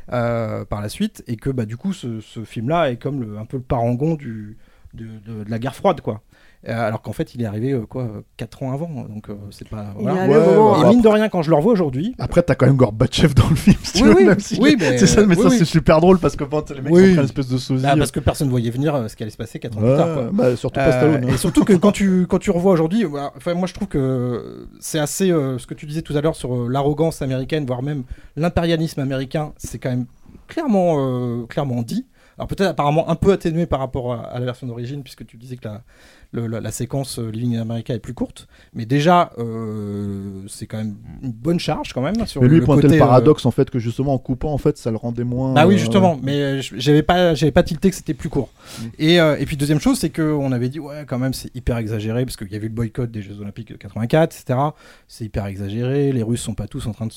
par la suite, et que du coup ce film-là est comme un peu le parangon de la guerre froide, quoi. Alors qu'en fait il est arrivé 4 ans avant, donc c'est pas. Voilà. Et mine de rien, quand je le revois aujourd'hui. Après t'as quand même Gorbatchev dans le film, si tu veux, même si c'est ça, mais c'est super drôle parce que les mecs ont pris une espèce de sosie. Parce que personne voyait venir ce qui allait se passer 4 ans plus tard, quoi. Surtout pas Stallone. Et surtout que quand tu revois aujourd'hui, moi je trouve que c'est assez ce que tu disais tout à l'heure sur l'arrogance américaine, voire même l'impérialisme américain, c'est quand même clairement dit. Alors peut-être apparemment un peu atténué par rapport à la version d'origine, puisque tu disais que la séquence Living in America est plus courte, mais déjà c'est quand même une bonne charge quand même. Sur mais lui il pointait le paradoxe en fait que justement en coupant en fait ça le rendait moins. Ah oui justement, mais j'avais pas tilté que c'était plus court. Et puis deuxième chose, c'est que on avait dit ouais quand même c'est hyper exagéré parce qu'il y a eu le boycott des Jeux Olympiques de 84, etc. C'est hyper exagéré, les Russes sont pas tous en train de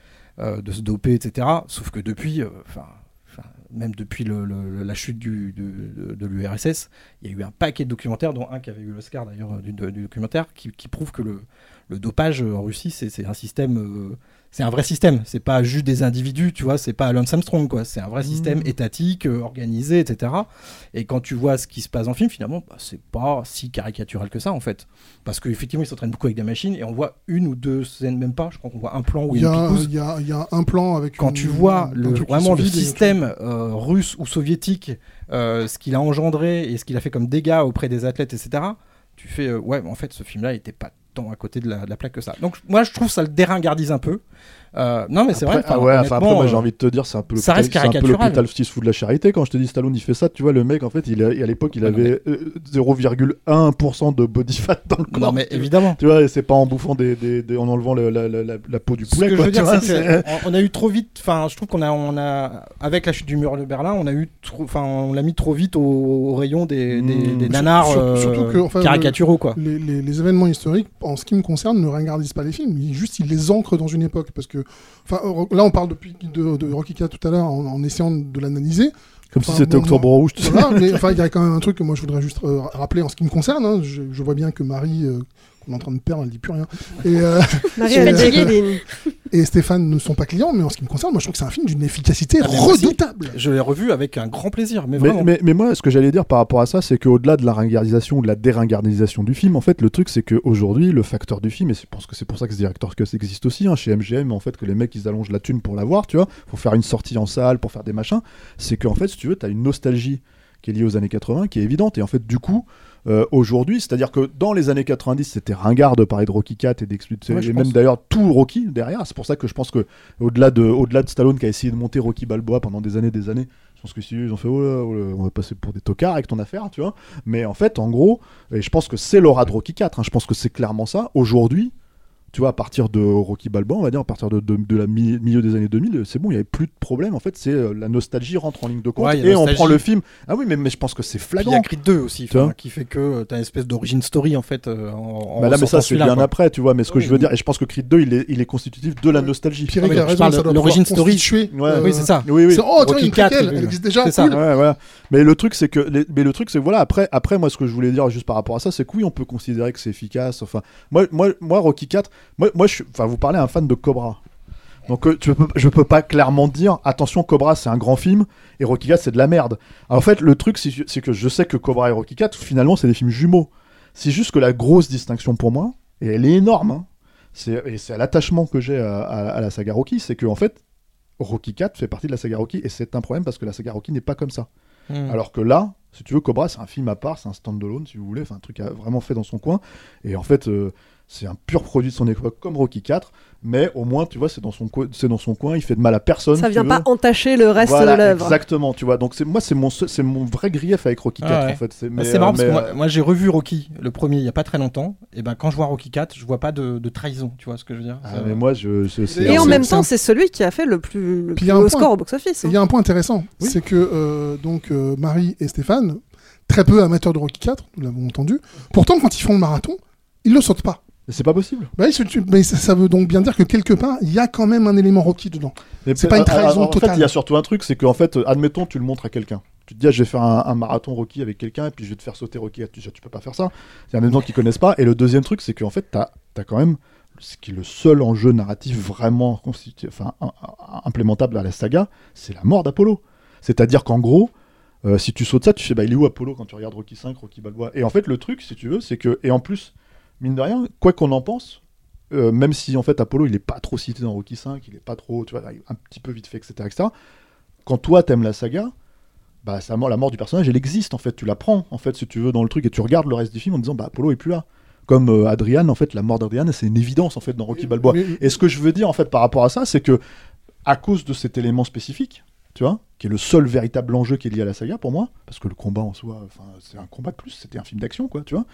se doper, etc. Sauf que depuis même depuis la chute de l'URSS, il y a eu un paquet de documentaires, dont un qui avait eu l'Oscar d'ailleurs du documentaire, qui prouve que le dopage en Russie, c'est un système, c'est un vrai système. C'est pas juste des individus, tu vois, c'est pas Lance Armstrong, quoi. C'est un vrai système étatique, organisé, etc. Et quand tu vois ce qui se passe en film, finalement, c'est pas si caricatural que ça, en fait. Parce qu'effectivement, ils s'entraînent beaucoup avec des machines, et on voit une ou deux scènes, même pas, je crois qu'on voit un plan où il y a une picouse. Il y a un plan avec quand tu vois vraiment le système russe ou soviétique, ce qu'il a engendré et ce qu'il a fait comme dégâts auprès des athlètes, etc., tu fais, ouais, en fait, ce film-là n'était pas tant à côté de la plaque que ça. Donc moi, je trouve que ça le déringardise un peu. Non, mais c'est vrai. Après, moi j'ai envie de te dire, c'est un peu ça reste caricatural. l'hôpital qui se fout de la charité. Quand je te dis Stallone, il fait ça, tu vois, le mec, en fait, à l'époque, il avait 0,1% de body fat dans le corps. Non, mais évidemment. Tu vois, et c'est pas en bouffant en enlevant la peau du poulet. Ce que je veux dire, c'est on a eu trop vite. Enfin, je trouve qu'on a avec la chute du mur de Berlin, on l'a mis trop vite au rayon des nanars caricaturaux, quoi. Les événements historiques, en ce qui me concerne, ne ringardisent pas les films. Ils les ancrent dans une époque, parce que là, on parle de Rocky IV tout à l'heure en essayant de l'analyser. Comme si c'était Octobre Rouge. Voilà, mais il y a quand même un truc que moi je voudrais juste rappeler en ce qui me concerne. Hein. Je vois bien que Marie, qu'on est en train de perdre, elle dit plus rien. Et Stéphane ne sont pas clients, mais en ce qui me concerne, moi je trouve que c'est un film d'une efficacité redoutable. Je l'ai revu avec un grand plaisir, mais vraiment. Mais moi, ce que j'allais dire par rapport à ça, c'est qu'au-delà de la ringardisation ou de la déringardisation du film, en fait, le truc, c'est qu'aujourd'hui, le facteur du film, et je pense que c'est pour ça que ce directeur que ça existe aussi, hein, chez MGM, en fait, que les mecs, ils allongent la thune pour la voir, tu vois, pour faire une sortie en salle, pour faire des machins, c'est qu'en fait, si tu veux, t'as une nostalgie qui est liée aux années 80, qui est évidente, et en fait, du coup, aujourd'hui, c'est-à-dire que dans les années 90, c'était ringard de parler de Rocky IV et même d'ailleurs tout Rocky derrière. C'est pour ça que je pense que au-delà de Stallone qui a essayé de monter Rocky Balboa pendant des années, je pense que si ils ont fait on va passer pour des tocards avec ton affaire, tu vois. Mais en fait, en gros, et je pense que c'est l'aura de Rocky IV. Hein, je pense que c'est clairement ça. Aujourd'hui, tu vois, à partir de Rocky Balboa, on va dire, à partir de la milieu des années 2000, c'est bon, il n'y avait plus de problème. En fait, c'est la nostalgie rentre en ligne de compte et on prend le film. Ah oui, mais je pense que c'est flagrant. Il y a Creed 2 aussi, qui fait que tu as une espèce d'origin story, en fait. Là, mais ça, c'est bien après, tu vois. Mais ce que je veux dire, et je pense que Creed 2, il est constitutif de la nostalgie. Pierrick a raison, ça doit l'origin story. Oui, c'est ça. Oui. Oh, tiens, une préquelle, elle existe déjà. C'est ça. Ouais. Mais le truc, c'est que, voilà, après, moi, ce que je voulais dire juste par rapport à ça, c'est que oui, on peut considérer que c'est efficace. Enfin, moi, Rocky 4, vous parlez à un fan de Cobra. Donc je peux pas clairement dire attention, Cobra c'est un grand film et Rocky IV c'est de la merde. Alors, en fait le truc c'est que je sais que Cobra et Rocky IV finalement c'est des films jumeaux. C'est juste que la grosse distinction pour moi, et elle est énorme, hein, c'est à l'attachement que j'ai à la saga Rocky, c'est que en fait Rocky IV fait partie de la saga Rocky et c'est un problème parce que la saga Rocky n'est pas comme ça. Alors que là, si tu veux, Cobra c'est un film à part, c'est un stand-alone si vous voulez, un truc vraiment fait dans son coin et en fait c'est un pur produit de son époque comme Rocky IV, mais au moins tu vois c'est dans son coin, il fait de mal à personne. Ça vient pas entacher le reste de l'œuvre. Exactement, tu vois. Donc c'est mon vrai grief avec Rocky IV en fait. C'est marrant parce que moi j'ai revu Rocky le premier il y a pas très longtemps et quand je vois Rocky IV, je vois pas de trahison, tu vois ce que je veux dire. Mais moi et en même temps, c'est celui qui a fait le plus haut score au box-office. Il y a un point intéressant, c'est que Marie et Stéphane, très peu amateurs de Rocky IV, nous l'avons entendu. Pourtant quand ils font le marathon, ils le sautent pas. C'est pas possible. Mais ça veut donc bien dire que quelque part, il y a quand même un élément Rocky dedans. C'est pas une trahison totale. En fait, il y a surtout un truc, c'est qu'en fait, admettons, tu le montres à quelqu'un. Tu te dis, je vais faire un marathon Rocky avec quelqu'un et puis je vais te faire sauter Rocky. Tu peux pas faire ça. Il y a des gens qui connaissent pas. Et le deuxième truc, c'est qu'en fait, t'as quand même ce qui est le seul enjeu narratif vraiment implémentable à la saga, c'est la mort d'Apollo. C'est-à-dire qu'en gros, si tu sautes ça, tu sais, il est où Apollo quand tu regardes Rocky V, Rocky Balboa. Et en fait, le truc, si tu veux, c'est que, et en plus, mine de rien, quoi qu'on en pense, même si en fait Apollo il est pas trop cité dans Rocky V, il est pas trop, tu vois, un petit peu vite fait, etc. Quand toi t'aimes la saga, la mort du personnage elle existe en fait, tu la prends en fait si tu veux dans le truc et tu regardes le reste du film en disant Apollo est plus là. Comme Adrian, en fait, la mort d'Adrian c'est une évidence en fait dans Rocky Balboa. Et ce que je veux dire en fait par rapport à ça, c'est que à cause de cet élément spécifique, tu vois, qui est le seul véritable enjeu qui est lié à la saga pour moi, parce que le combat en soi, c'est un combat de plus, c'était un film d'action, quoi, tu vois.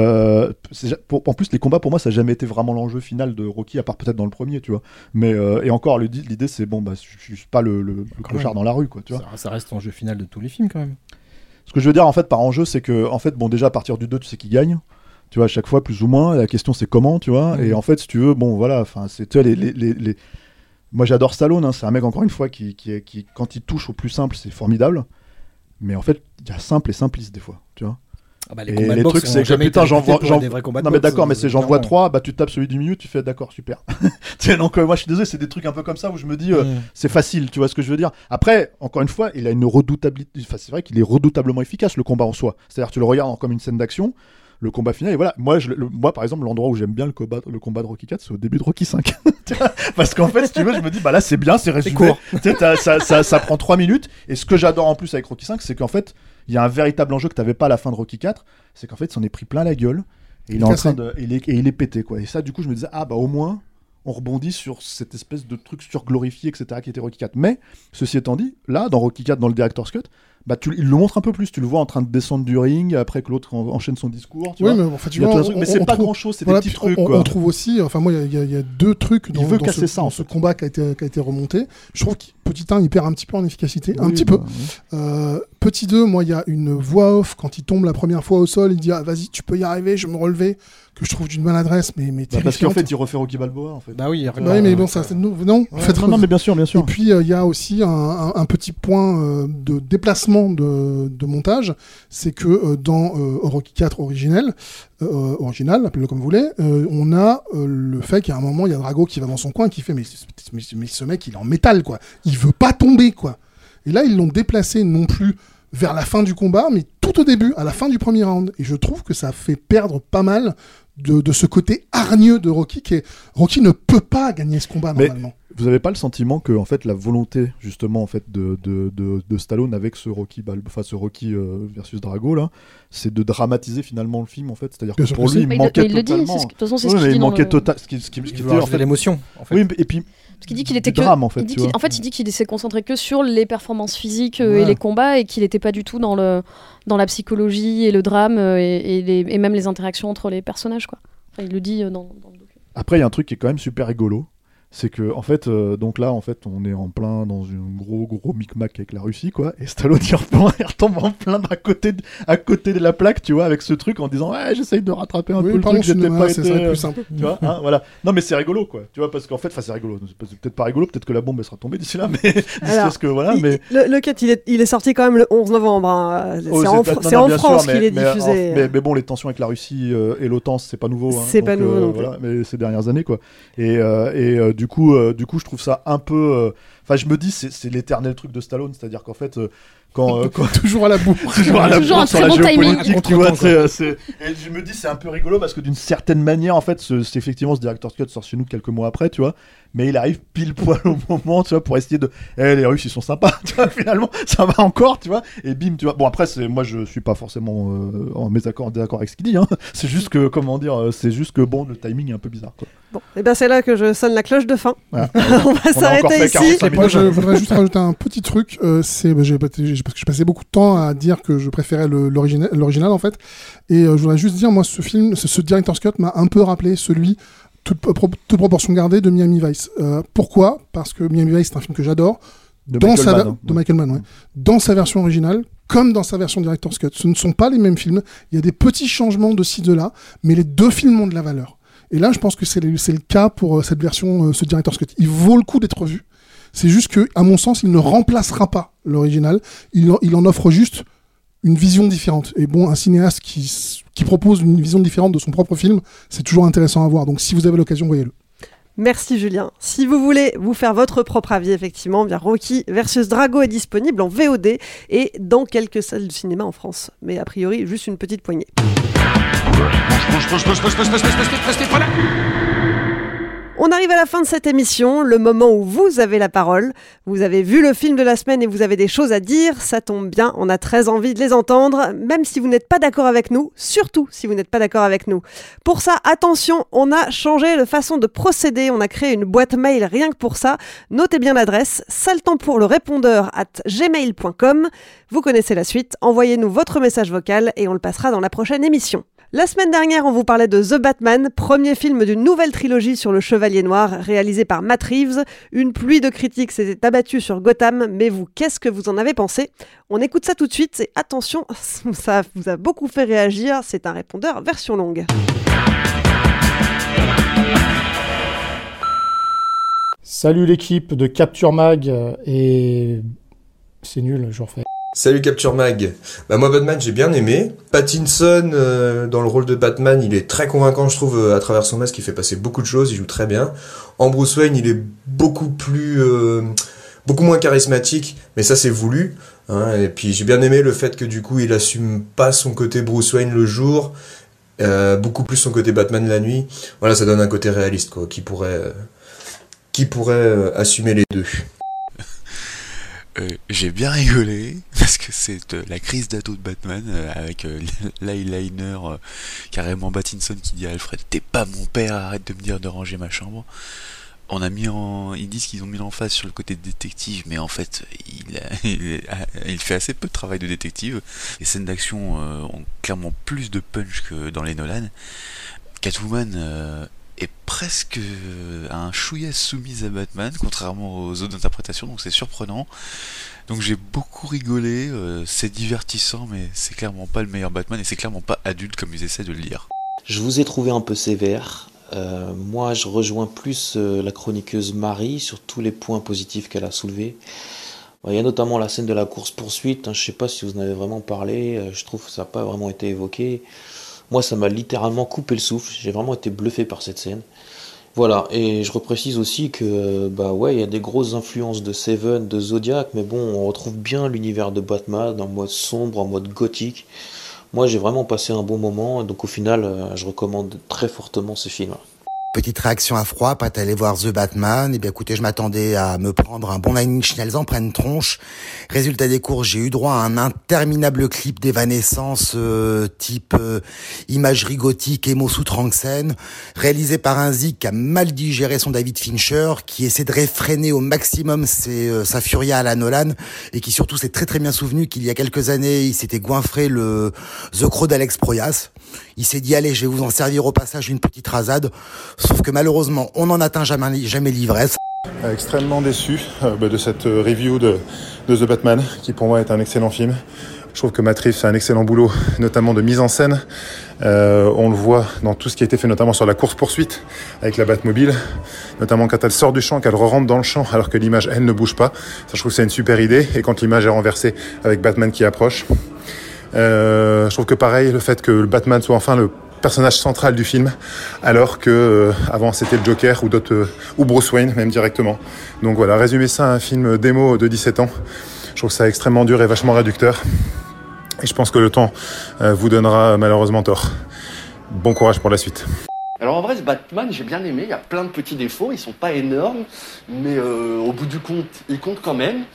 En plus, les combats pour moi, ça n'a jamais été vraiment l'enjeu final de Rocky, à part peut-être dans le premier, tu vois. Mais et encore, l'idée, c'est je suis pas le clochard dans la rue, quoi, tu vois. Ça reste l'enjeu final de tous les films, quand même. Ce que je veux dire, en fait, par enjeu, c'est que, en fait, déjà à partir du 2, tu sais qui gagne. Tu vois, à chaque fois, plus ou moins. La question, c'est comment, tu vois. Et en fait, si tu veux, c'est, tu vois, moi j'adore Stallone, hein, c'est un mec encore une fois qui quand il touche au plus simple c'est formidable, mais en fait il y a simple et simpliste des fois, tu vois. Les trucs c'est que putain j'en vois non mais d'accord mais c'est j'en vois 3, tu tapes celui du milieu, tu fais d'accord super. Donc moi je suis désolé, c'est des trucs un peu comme ça où je me dis c'est facile, tu vois ce que je veux dire. Après encore une fois il a une redoutabilité, c'est vrai qu'il est redoutablement efficace le combat en soi, c'est-à-dire tu le regardes comme une scène d'action. Le combat final, et voilà, moi par exemple l'endroit où j'aime bien le combat de Rocky IV c'est au début de Rocky V. Parce qu'en fait si tu veux je me dis là c'est bien, c'est résumé, ça prend 3 minutes, et ce que j'adore en plus avec Rocky V c'est qu'en fait il y a un véritable enjeu que t'avais pas à la fin de Rocky IV, c'est qu'en fait il s'en est pris plein la gueule et il est en train de il est pété quoi, et ça du coup je me disais au moins on rebondit sur cette espèce de truc surglorifié, etc., qui était Rocky 4. Mais, ceci étant dit, là, dans Rocky 4, dans le Director's Cut, bah, il le montre un peu plus. Tu le vois en train de descendre du ring, après que l'autre enchaîne son discours. Tu vois. Mais, enfin, mais c'est pas grand-chose, c'est des petits trucs. On trouve aussi, enfin moi, il y a deux trucs dans ce combat qui a été remonté. Je trouve que petit 1, il perd un petit peu en efficacité, un petit peu. Petit 2, moi, il y a une voix off quand il tombe la première fois au sol, il dit vas-y, tu peux y arriver, je me relever, que je trouve d'une maladresse, mais terrifiante. Parce qu'en fait, il refait Rocky Balboa, en fait. Bah oui, mais bon, ça, c'est non. En fait, non, mais bien sûr. Et puis il y a aussi un petit point de déplacement de montage, c'est que dans Rocky 4 original, appelez-le comme vous voulez, on a le fait qu'à un moment, il y a Drago qui va dans son coin et qui fait mais ce mec, il est en métal, quoi. Il veut pas tomber, quoi. Et là, ils l'ont déplacé non plus vers la fin du combat, mais tout au début, à la fin du premier round. Et je trouve que ça fait perdre pas mal de ce côté hargneux de Rocky, Rocky ne peut pas gagner ce combat normalement. Vous avez pas le sentiment que en fait la volonté justement en fait de Stallone avec ce Rocky versus Drago là, c'est de dramatiser finalement le film en fait, c'est-à-dire que pour lui il manquait totalement. De toute façon, c'est ce qu'il dit dans ce qui était en fait l'émotion. En fait. Oui, et puis parce qu'il dit qu'il était drame, en fait, il dit qu'il s'est concentré que sur les performances physiques et les combats et qu'il n'était pas du tout dans la psychologie et le drame et même les interactions entre les personnages, quoi. Enfin, il le dit dans le document. Après, il y a un truc qui est quand même super rigolo. C'est que, en fait, donc là, en fait, on est en plein dans un gros micmac avec la Russie, quoi. Et Stallone, il retombe en plein à côté de la plaque, tu vois, avec ce truc en disant, ouais, j'essaye de rattraper un peu le truc, j'étais pas été. C'est plus simple. Tu vois, hein, voilà. Non, mais c'est rigolo, quoi. Tu vois, parce qu'en fait, c'est rigolo. C'est peut-être pas rigolo, peut-être que la bombe, elle sera tombée d'ici là, mais. Alors, que, voilà, mais... Le cut, il est sorti quand même le 11 novembre. Hein. C'est en France qu'il est diffusé. Mais bon, les tensions avec la Russie et l'OTAN, c'est pas nouveau. C'est pas nouveau. Voilà, mais ces dernières années, quoi. Et du coup, je trouve ça un peu. Enfin, je me dis, c'est l'éternel truc de Stallone, c'est-à-dire qu'en fait, quand toujours à la bourre, toujours à la bourre sur la géopolitique, tu vois. Et je me dis, c'est un peu rigolo parce que d'une certaine manière, en fait, c'est effectivement ce Director's Cut sort chez nous quelques mois après, tu vois. Mais il arrive pile poil au moment, tu vois, pour essayer de. Les Russes, ils sont sympas, tu vois. Finalement, ça va encore, tu vois. Et bim, tu vois. Bon, après, moi, je suis pas forcément en désaccord avec ce qu'il dit. Hein. C'est juste que, comment dire, bon, le timing est un peu bizarre, quoi. Bon, et ben c'est là que je sonne la cloche de fin. Voilà. On va s'arrêter ici. Moi, je voudrais juste rajouter un petit truc. Parce que je passais beaucoup de temps à dire que je préférais l'original, en fait. Et je voudrais juste dire, moi, ce Director's Cut m'a un peu rappelé celui, toute proportion gardée, de Miami Vice. Pourquoi ? Parce que Miami Vice, c'est un film que j'adore. De Michael Mann, ouais. Dans sa version originale, comme dans sa version Director's Cut. Ce ne sont pas les mêmes films. Il y a des petits changements de ci, de là, mais les deux films ont de la valeur. Et là, je pense que c'est le cas pour cette version, ce Director's Cut. Il vaut le coup d'être vu. C'est juste que, à mon sens, il ne remplacera pas l'original. Il en offre juste une vision différente. Et bon, un cinéaste qui propose une vision différente de son propre film, c'est toujours intéressant à voir. Donc, si vous avez l'occasion, voyez-le. Merci Julien. Si vous voulez vous faire votre propre avis, effectivement, bien Rocky versus Drago est disponible en VOD et dans quelques salles de cinéma en France. Mais a priori, juste une petite poignée. On arrive à la fin de cette émission, le moment où vous avez la parole. Vous avez vu le film de la semaine et vous avez des choses à dire. Ça tombe bien, on a très envie de les entendre, même si vous n'êtes pas d'accord avec nous, surtout si vous n'êtes pas d'accord avec nous. Pour ça, attention, on a changé de façon de procéder. On a créé une boîte mail rien que pour ça. Notez bien l'adresse, saltempourlerépondeur@gmail.com. Vous connaissez la suite, envoyez-nous votre message vocal et on le passera dans la prochaine émission. La semaine dernière, on vous parlait de The Batman, premier film d'une nouvelle trilogie sur le Chevalier Noir, réalisé par Matt Reeves. Une pluie de critiques s'était abattue sur Gotham, mais vous, qu'est-ce que vous en avez pensé ? On écoute ça tout de suite, et attention, ça vous a beaucoup fait réagir, c'est un répondeur version longue. Salut l'équipe de Capture Mag, et c'est nul, je refais. Salut Capture Mag. Moi Batman j'ai bien aimé. Pattinson dans le rôle de Batman, il est très convaincant je trouve à travers son masque, il fait passer beaucoup de choses, il joue très bien. En Bruce Wayne, il est beaucoup moins charismatique, mais ça c'est voulu. Hein. Et puis j'ai bien aimé le fait que du coup il assume pas son côté Bruce Wayne le jour, beaucoup plus son côté Batman la nuit. Voilà, ça donne un côté réaliste quoi, qui pourrait assumer les deux. J'ai bien rigolé parce que c'est la crise d'ado de Batman avec l'eyeliner carrément Pattinson qui dit à Alfred t'es pas mon père, arrête de me dire de ranger ma chambre. Ils disent qu'ils ont mis l'emphase sur le côté détective, mais en fait il fait assez peu de travail de détective. Les scènes d'action ont clairement plus de punch que dans les Nolan. Catwoman est presque un chouïa soumise à Batman, contrairement aux autres interprétations, donc c'est surprenant. Donc j'ai beaucoup rigolé, c'est divertissant, mais c'est clairement pas le meilleur Batman, et c'est clairement pas adulte comme ils essaient de le dire. Je vous ai trouvé un peu sévère. Moi je rejoins plus la chroniqueuse Marie sur tous les points positifs qu'elle a soulevés. Il y a notamment la scène de la course-poursuite, je sais pas si vous en avez vraiment parlé, je trouve que ça n'a pas vraiment été évoqué. Moi, ça m'a littéralement coupé le souffle. J'ai vraiment été bluffé par cette scène. Voilà, et je reprécise aussi que, il y a des grosses influences de Seven, de Zodiac, mais bon, on retrouve bien l'univers de Batman en mode sombre, en mode gothique. Moi, j'ai vraiment passé un bon moment, donc au final, je recommande très fortement ce film. Petite réaction à froid, pas allé voir The Batman. Eh bien, écoutez, je m'attendais à me prendre un bon Nine Inch Nails en pleine tronche. Résultat des courses, j'ai eu droit à un interminable clip d'Evanescence, type imagerie gothique, émo sous Tranxen, réalisé par un Zik qui a mal digéré son David Fincher, qui essaie de réfréner au maximum sa furia à la Nolan, et qui surtout s'est très très bien souvenu qu'il y a quelques années, il s'était goinfré le The Crow d'Alex Proyas. Il s'est dit, allez, je vais vous en servir au passage une petite rasade. Sauf que malheureusement, on n'en atteint jamais l'ivresse. Extrêmement déçu de cette review de The Batman, qui pour moi est un excellent film. Je trouve que Matt Reeves fait un excellent boulot, notamment de mise en scène. On le voit dans tout ce qui a été fait, notamment sur la course-poursuite avec la Batmobile, notamment quand elle sort du champ, qu'elle re-rentre dans le champ alors que l'image, elle, ne bouge pas. Ça, je trouve que c'est une super idée. Et quand l'image est renversée avec Batman qui approche. Je trouve que pareil, le fait que le Batman soit enfin le personnage central du film, alors que avant c'était le Joker ou Bruce Wayne même directement. Donc voilà, résumer ça à un film démo de 17 ans, je trouve ça extrêmement dur et vachement réducteur. Et je pense que le temps vous donnera malheureusement tort. Bon courage pour la suite. Alors en vrai, ce Batman, j'ai bien aimé, il y a plein de petits défauts, ils sont pas énormes, mais au bout du compte, il compte quand même.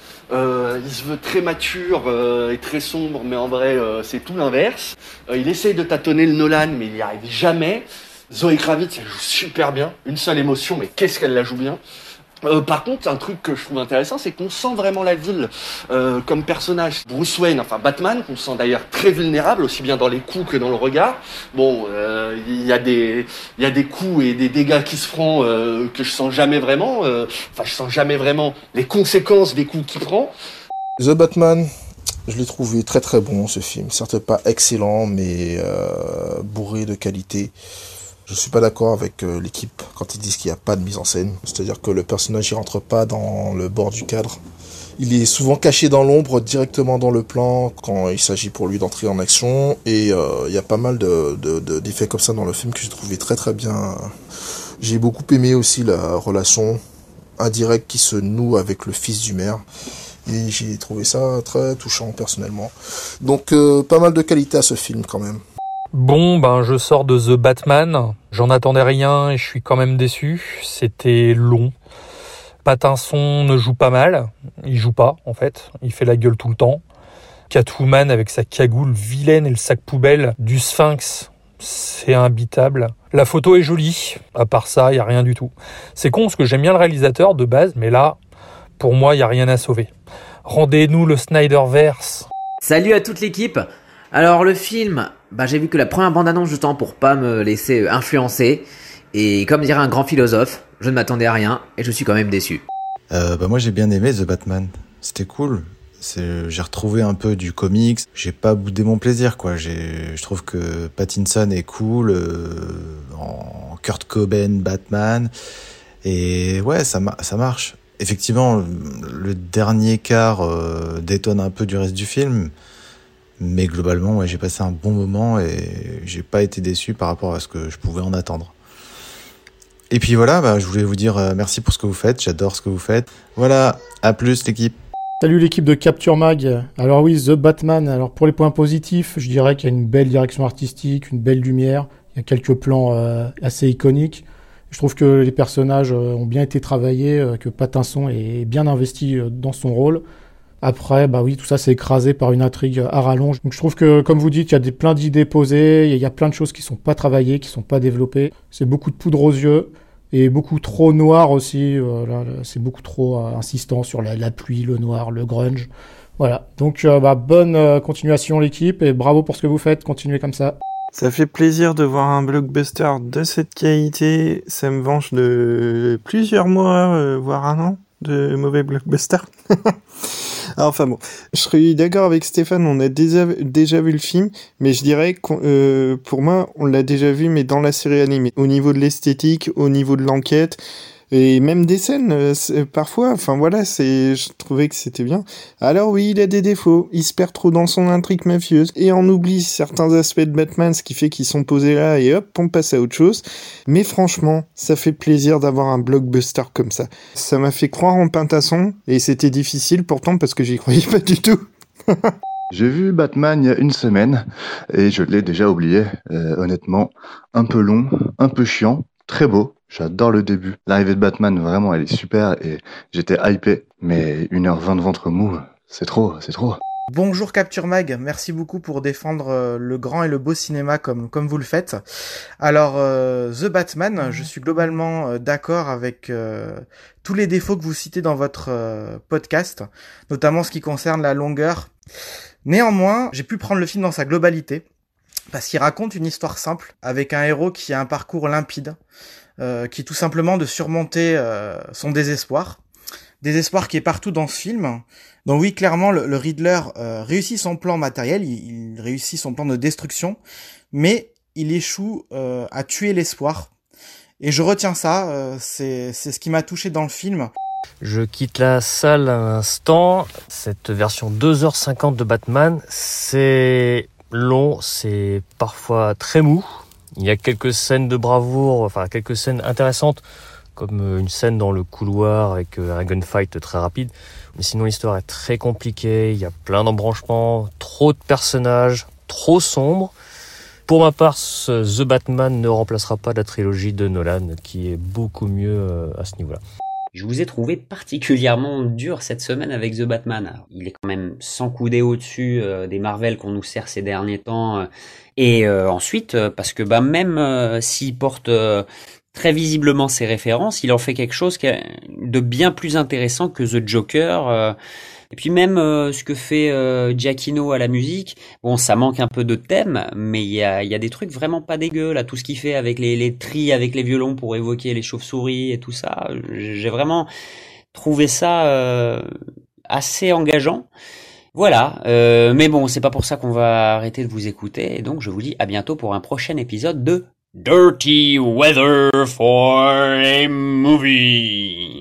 Il se veut très mature et très sombre, mais en vrai, c'est tout l'inverse. Il essaye de tâtonner le Nolan, mais il n'y arrive jamais. Zoé Kravitz, elle joue super bien, une seule émotion, mais qu'est-ce qu'elle la joue bien. Par contre, un truc que je trouve intéressant, c'est qu'on sent vraiment la ville comme personnage. Bruce Wayne, enfin Batman, qu'on sent d'ailleurs très vulnérable, aussi bien dans les coups que dans le regard. Bon, il y a des coups et des dégâts qui se feront que je sens jamais vraiment. Je sens jamais vraiment les conséquences des coups qu'il prend. The Batman, je l'ai trouvé très très bon ce film. Certes pas excellent, mais bourré de qualité. Je suis pas d'accord avec l'équipe quand ils disent qu'il n'y a pas de mise en scène. C'est-à-dire que le personnage, il rentre pas dans le bord du cadre. Il est souvent caché dans l'ombre, directement dans le plan, quand il s'agit pour lui d'entrer en action. Et il y a pas mal d'effets comme ça dans le film que j'ai trouvé très très bien. J'ai beaucoup aimé aussi la relation indirecte qui se noue avec le fils du maire. Et j'ai trouvé ça très touchant personnellement. Donc pas mal de qualité à ce film quand même. Bon, je sors de The Batman, j'en attendais rien et je suis quand même déçu, c'était long. Pattinson ne joue pas mal, il joue pas en fait, il fait la gueule tout le temps. Catwoman avec sa cagoule vilaine et le sac poubelle du Sphinx, c'est imbitable. La photo est jolie, à part ça, y a rien du tout. C'est con parce que j'aime bien le réalisateur de base, mais là, pour moi, y a rien à sauver. Rendez-nous le Snyderverse. Salut à toute l'équipe. Alors le film, j'ai vu que la première bande-annonce justement pour pas me laisser influencer. Et comme dirait un grand philosophe, je ne m'attendais à rien et je suis quand même déçu. Moi j'ai bien aimé The Batman, c'était cool. J'ai retrouvé un peu du comics, j'ai pas boudé mon plaisir quoi. Je trouve que Pattinson est cool en Kurt Cobain Batman et ouais ça marche. Effectivement le dernier quart détonne un peu du reste du film. Mais globalement, j'ai passé un bon moment et j'ai pas été déçu par rapport à ce que je pouvais en attendre. Et puis voilà, je voulais vous dire merci pour ce que vous faites, j'adore ce que vous faites. Voilà, à plus l'équipe. Salut l'équipe de Capture Mag. Alors oui, The Batman, alors pour les points positifs, je dirais qu'il y a une belle direction artistique, une belle lumière, il y a quelques plans assez iconiques. Je trouve que les personnages ont bien été travaillés, que Pattinson est bien investi dans son rôle. Après, bah oui, tout ça c'est écrasé par une intrigue à rallonge. Donc je trouve que, comme vous dites, il y a plein d'idées posées, il y a plein de choses qui sont pas travaillées, qui sont pas développées. C'est beaucoup de poudre aux yeux et beaucoup trop noir aussi. Là, c'est beaucoup trop insistant sur la pluie, le noir, le grunge. Voilà. Donc bonne continuation l'équipe et bravo pour ce que vous faites. Continuez comme ça. Ça fait plaisir de voir un blockbuster de cette qualité. Ça me venge de plusieurs mois, voire un an de mauvais blockbuster. Enfin bon, je serais d'accord avec Stéphane, on a déjà vu le film, mais je dirais que pour moi, on l'a déjà vu, mais dans la série animée. Au niveau de l'esthétique, au niveau de l'enquête, et même des scènes, parfois, enfin voilà, je trouvais que c'était bien. Alors oui, il a des défauts, il se perd trop dans son intrigue mafieuse, et on oublie certains aspects de Batman, ce qui fait qu'ils sont posés là, et hop, on passe à autre chose. Mais franchement, ça fait plaisir d'avoir un blockbuster comme ça. Ça m'a fait croire en Pintasson, et c'était difficile pourtant parce que j'y croyais pas du tout. J'ai vu Batman il y a une semaine, et je l'ai déjà oublié, honnêtement, un peu long, un peu chiant, très beau. J'adore le début. L'arrivée de Batman, vraiment, elle est super et j'étais hypé. Mais 1h20 de ventre mou, c'est trop. Bonjour Capture Mag, merci beaucoup pour défendre le grand et le beau cinéma comme vous le faites. Alors, The Batman, je suis globalement d'accord avec tous les défauts que vous citez dans votre podcast, notamment ce qui concerne la longueur. Néanmoins, j'ai pu prendre le film dans sa globalité, parce qu'il raconte une histoire simple, avec un héros qui a un parcours limpide, qui est tout simplement de surmonter son désespoir qui est partout dans ce film. Donc oui, clairement, le Riddler réussit son plan matériel, il réussit son plan de destruction, mais il échoue à tuer l'espoir. Et je retiens ça, c'est ce qui m'a touché dans le film. Je quitte la salle un instant. Cette version 2h50 de Batman, c'est long, c'est parfois très mou. Il y a quelques scènes de bravoure, enfin quelques scènes intéressantes, comme une scène dans le couloir avec un gunfight très rapide. Mais sinon l'histoire est très compliquée, il y a plein d'embranchements, trop de personnages, trop sombre. Pour ma part, The Batman ne remplacera pas la trilogie de Nolan, qui est beaucoup mieux à ce niveau-là. Je vous ai trouvé particulièrement dur cette semaine avec The Batman. Alors, il est quand même 100 coudées au-dessus des Marvel qu'on nous sert ces derniers temps. Et ensuite, parce que même s'il porte très visiblement ses références, il en fait quelque chose de bien plus intéressant que The Joker. Et puis même ce que fait Giacchino à la musique, bon, ça manque un peu de thème, mais il y a des trucs vraiment pas dégueux là, tout ce qu'il fait avec les tris avec les violons pour évoquer les chauves-souris et tout ça, j'ai vraiment trouvé ça assez engageant. Voilà, mais bon, c'est pas pour ça qu'on va arrêter de vous écouter, et donc je vous dis à bientôt pour un prochain épisode de Dirty Weather for a Movie.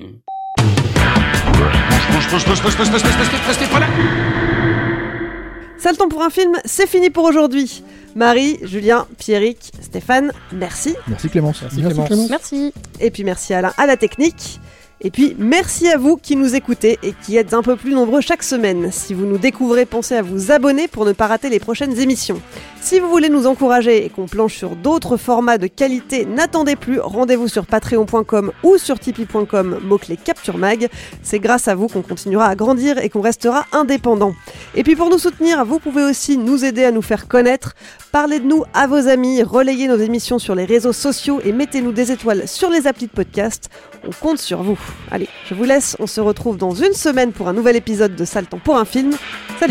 Saleton pour un film, c'est fini pour aujourd'hui. Marie, Julien, Pierrick, Stéphane, merci. Merci Clémence. Merci. Et puis merci Alain à la technique. Et puis merci à vous qui nous écoutez et qui êtes un peu plus nombreux chaque semaine. Si vous nous découvrez, pensez à vous abonner pour ne pas rater les prochaines émissions. Si vous voulez nous encourager et qu'on planche sur d'autres formats de qualité, n'attendez plus, rendez-vous sur patreon.com ou sur tipeee.com, mot-clé Capture Mag. C'est grâce à vous qu'on continuera à grandir et qu'on restera indépendant. Et puis pour nous soutenir, vous pouvez aussi nous aider à nous faire connaître. Parlez de nous à vos amis, relayez nos émissions sur les réseaux sociaux et mettez-nous des étoiles sur les applis de podcast. On compte sur vous. Allez, je vous laisse, on se retrouve dans une semaine pour un nouvel épisode de Saleton pour un film. Salut!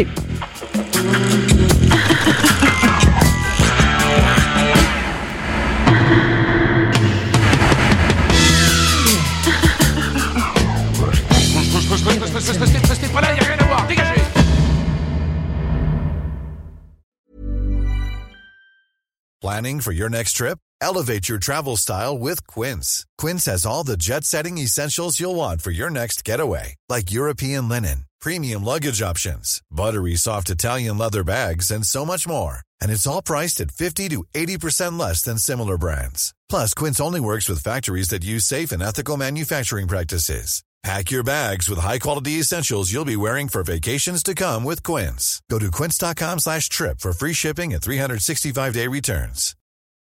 Restez pas là, y'a rien à voir, dégagez! Planning for your next trip? Elevate your travel style with Quince. Quince has all the jet-setting essentials you'll want for your next getaway, like European linen, premium luggage options, buttery soft Italian leather bags, and so much more. And it's all priced at 50 to 80% less than similar brands. Plus, Quince only works with factories that use safe and ethical manufacturing practices. Pack your bags with high-quality essentials you'll be wearing for vacations to come with Quince. Go to quince.com/trip for free shipping and 365-day returns.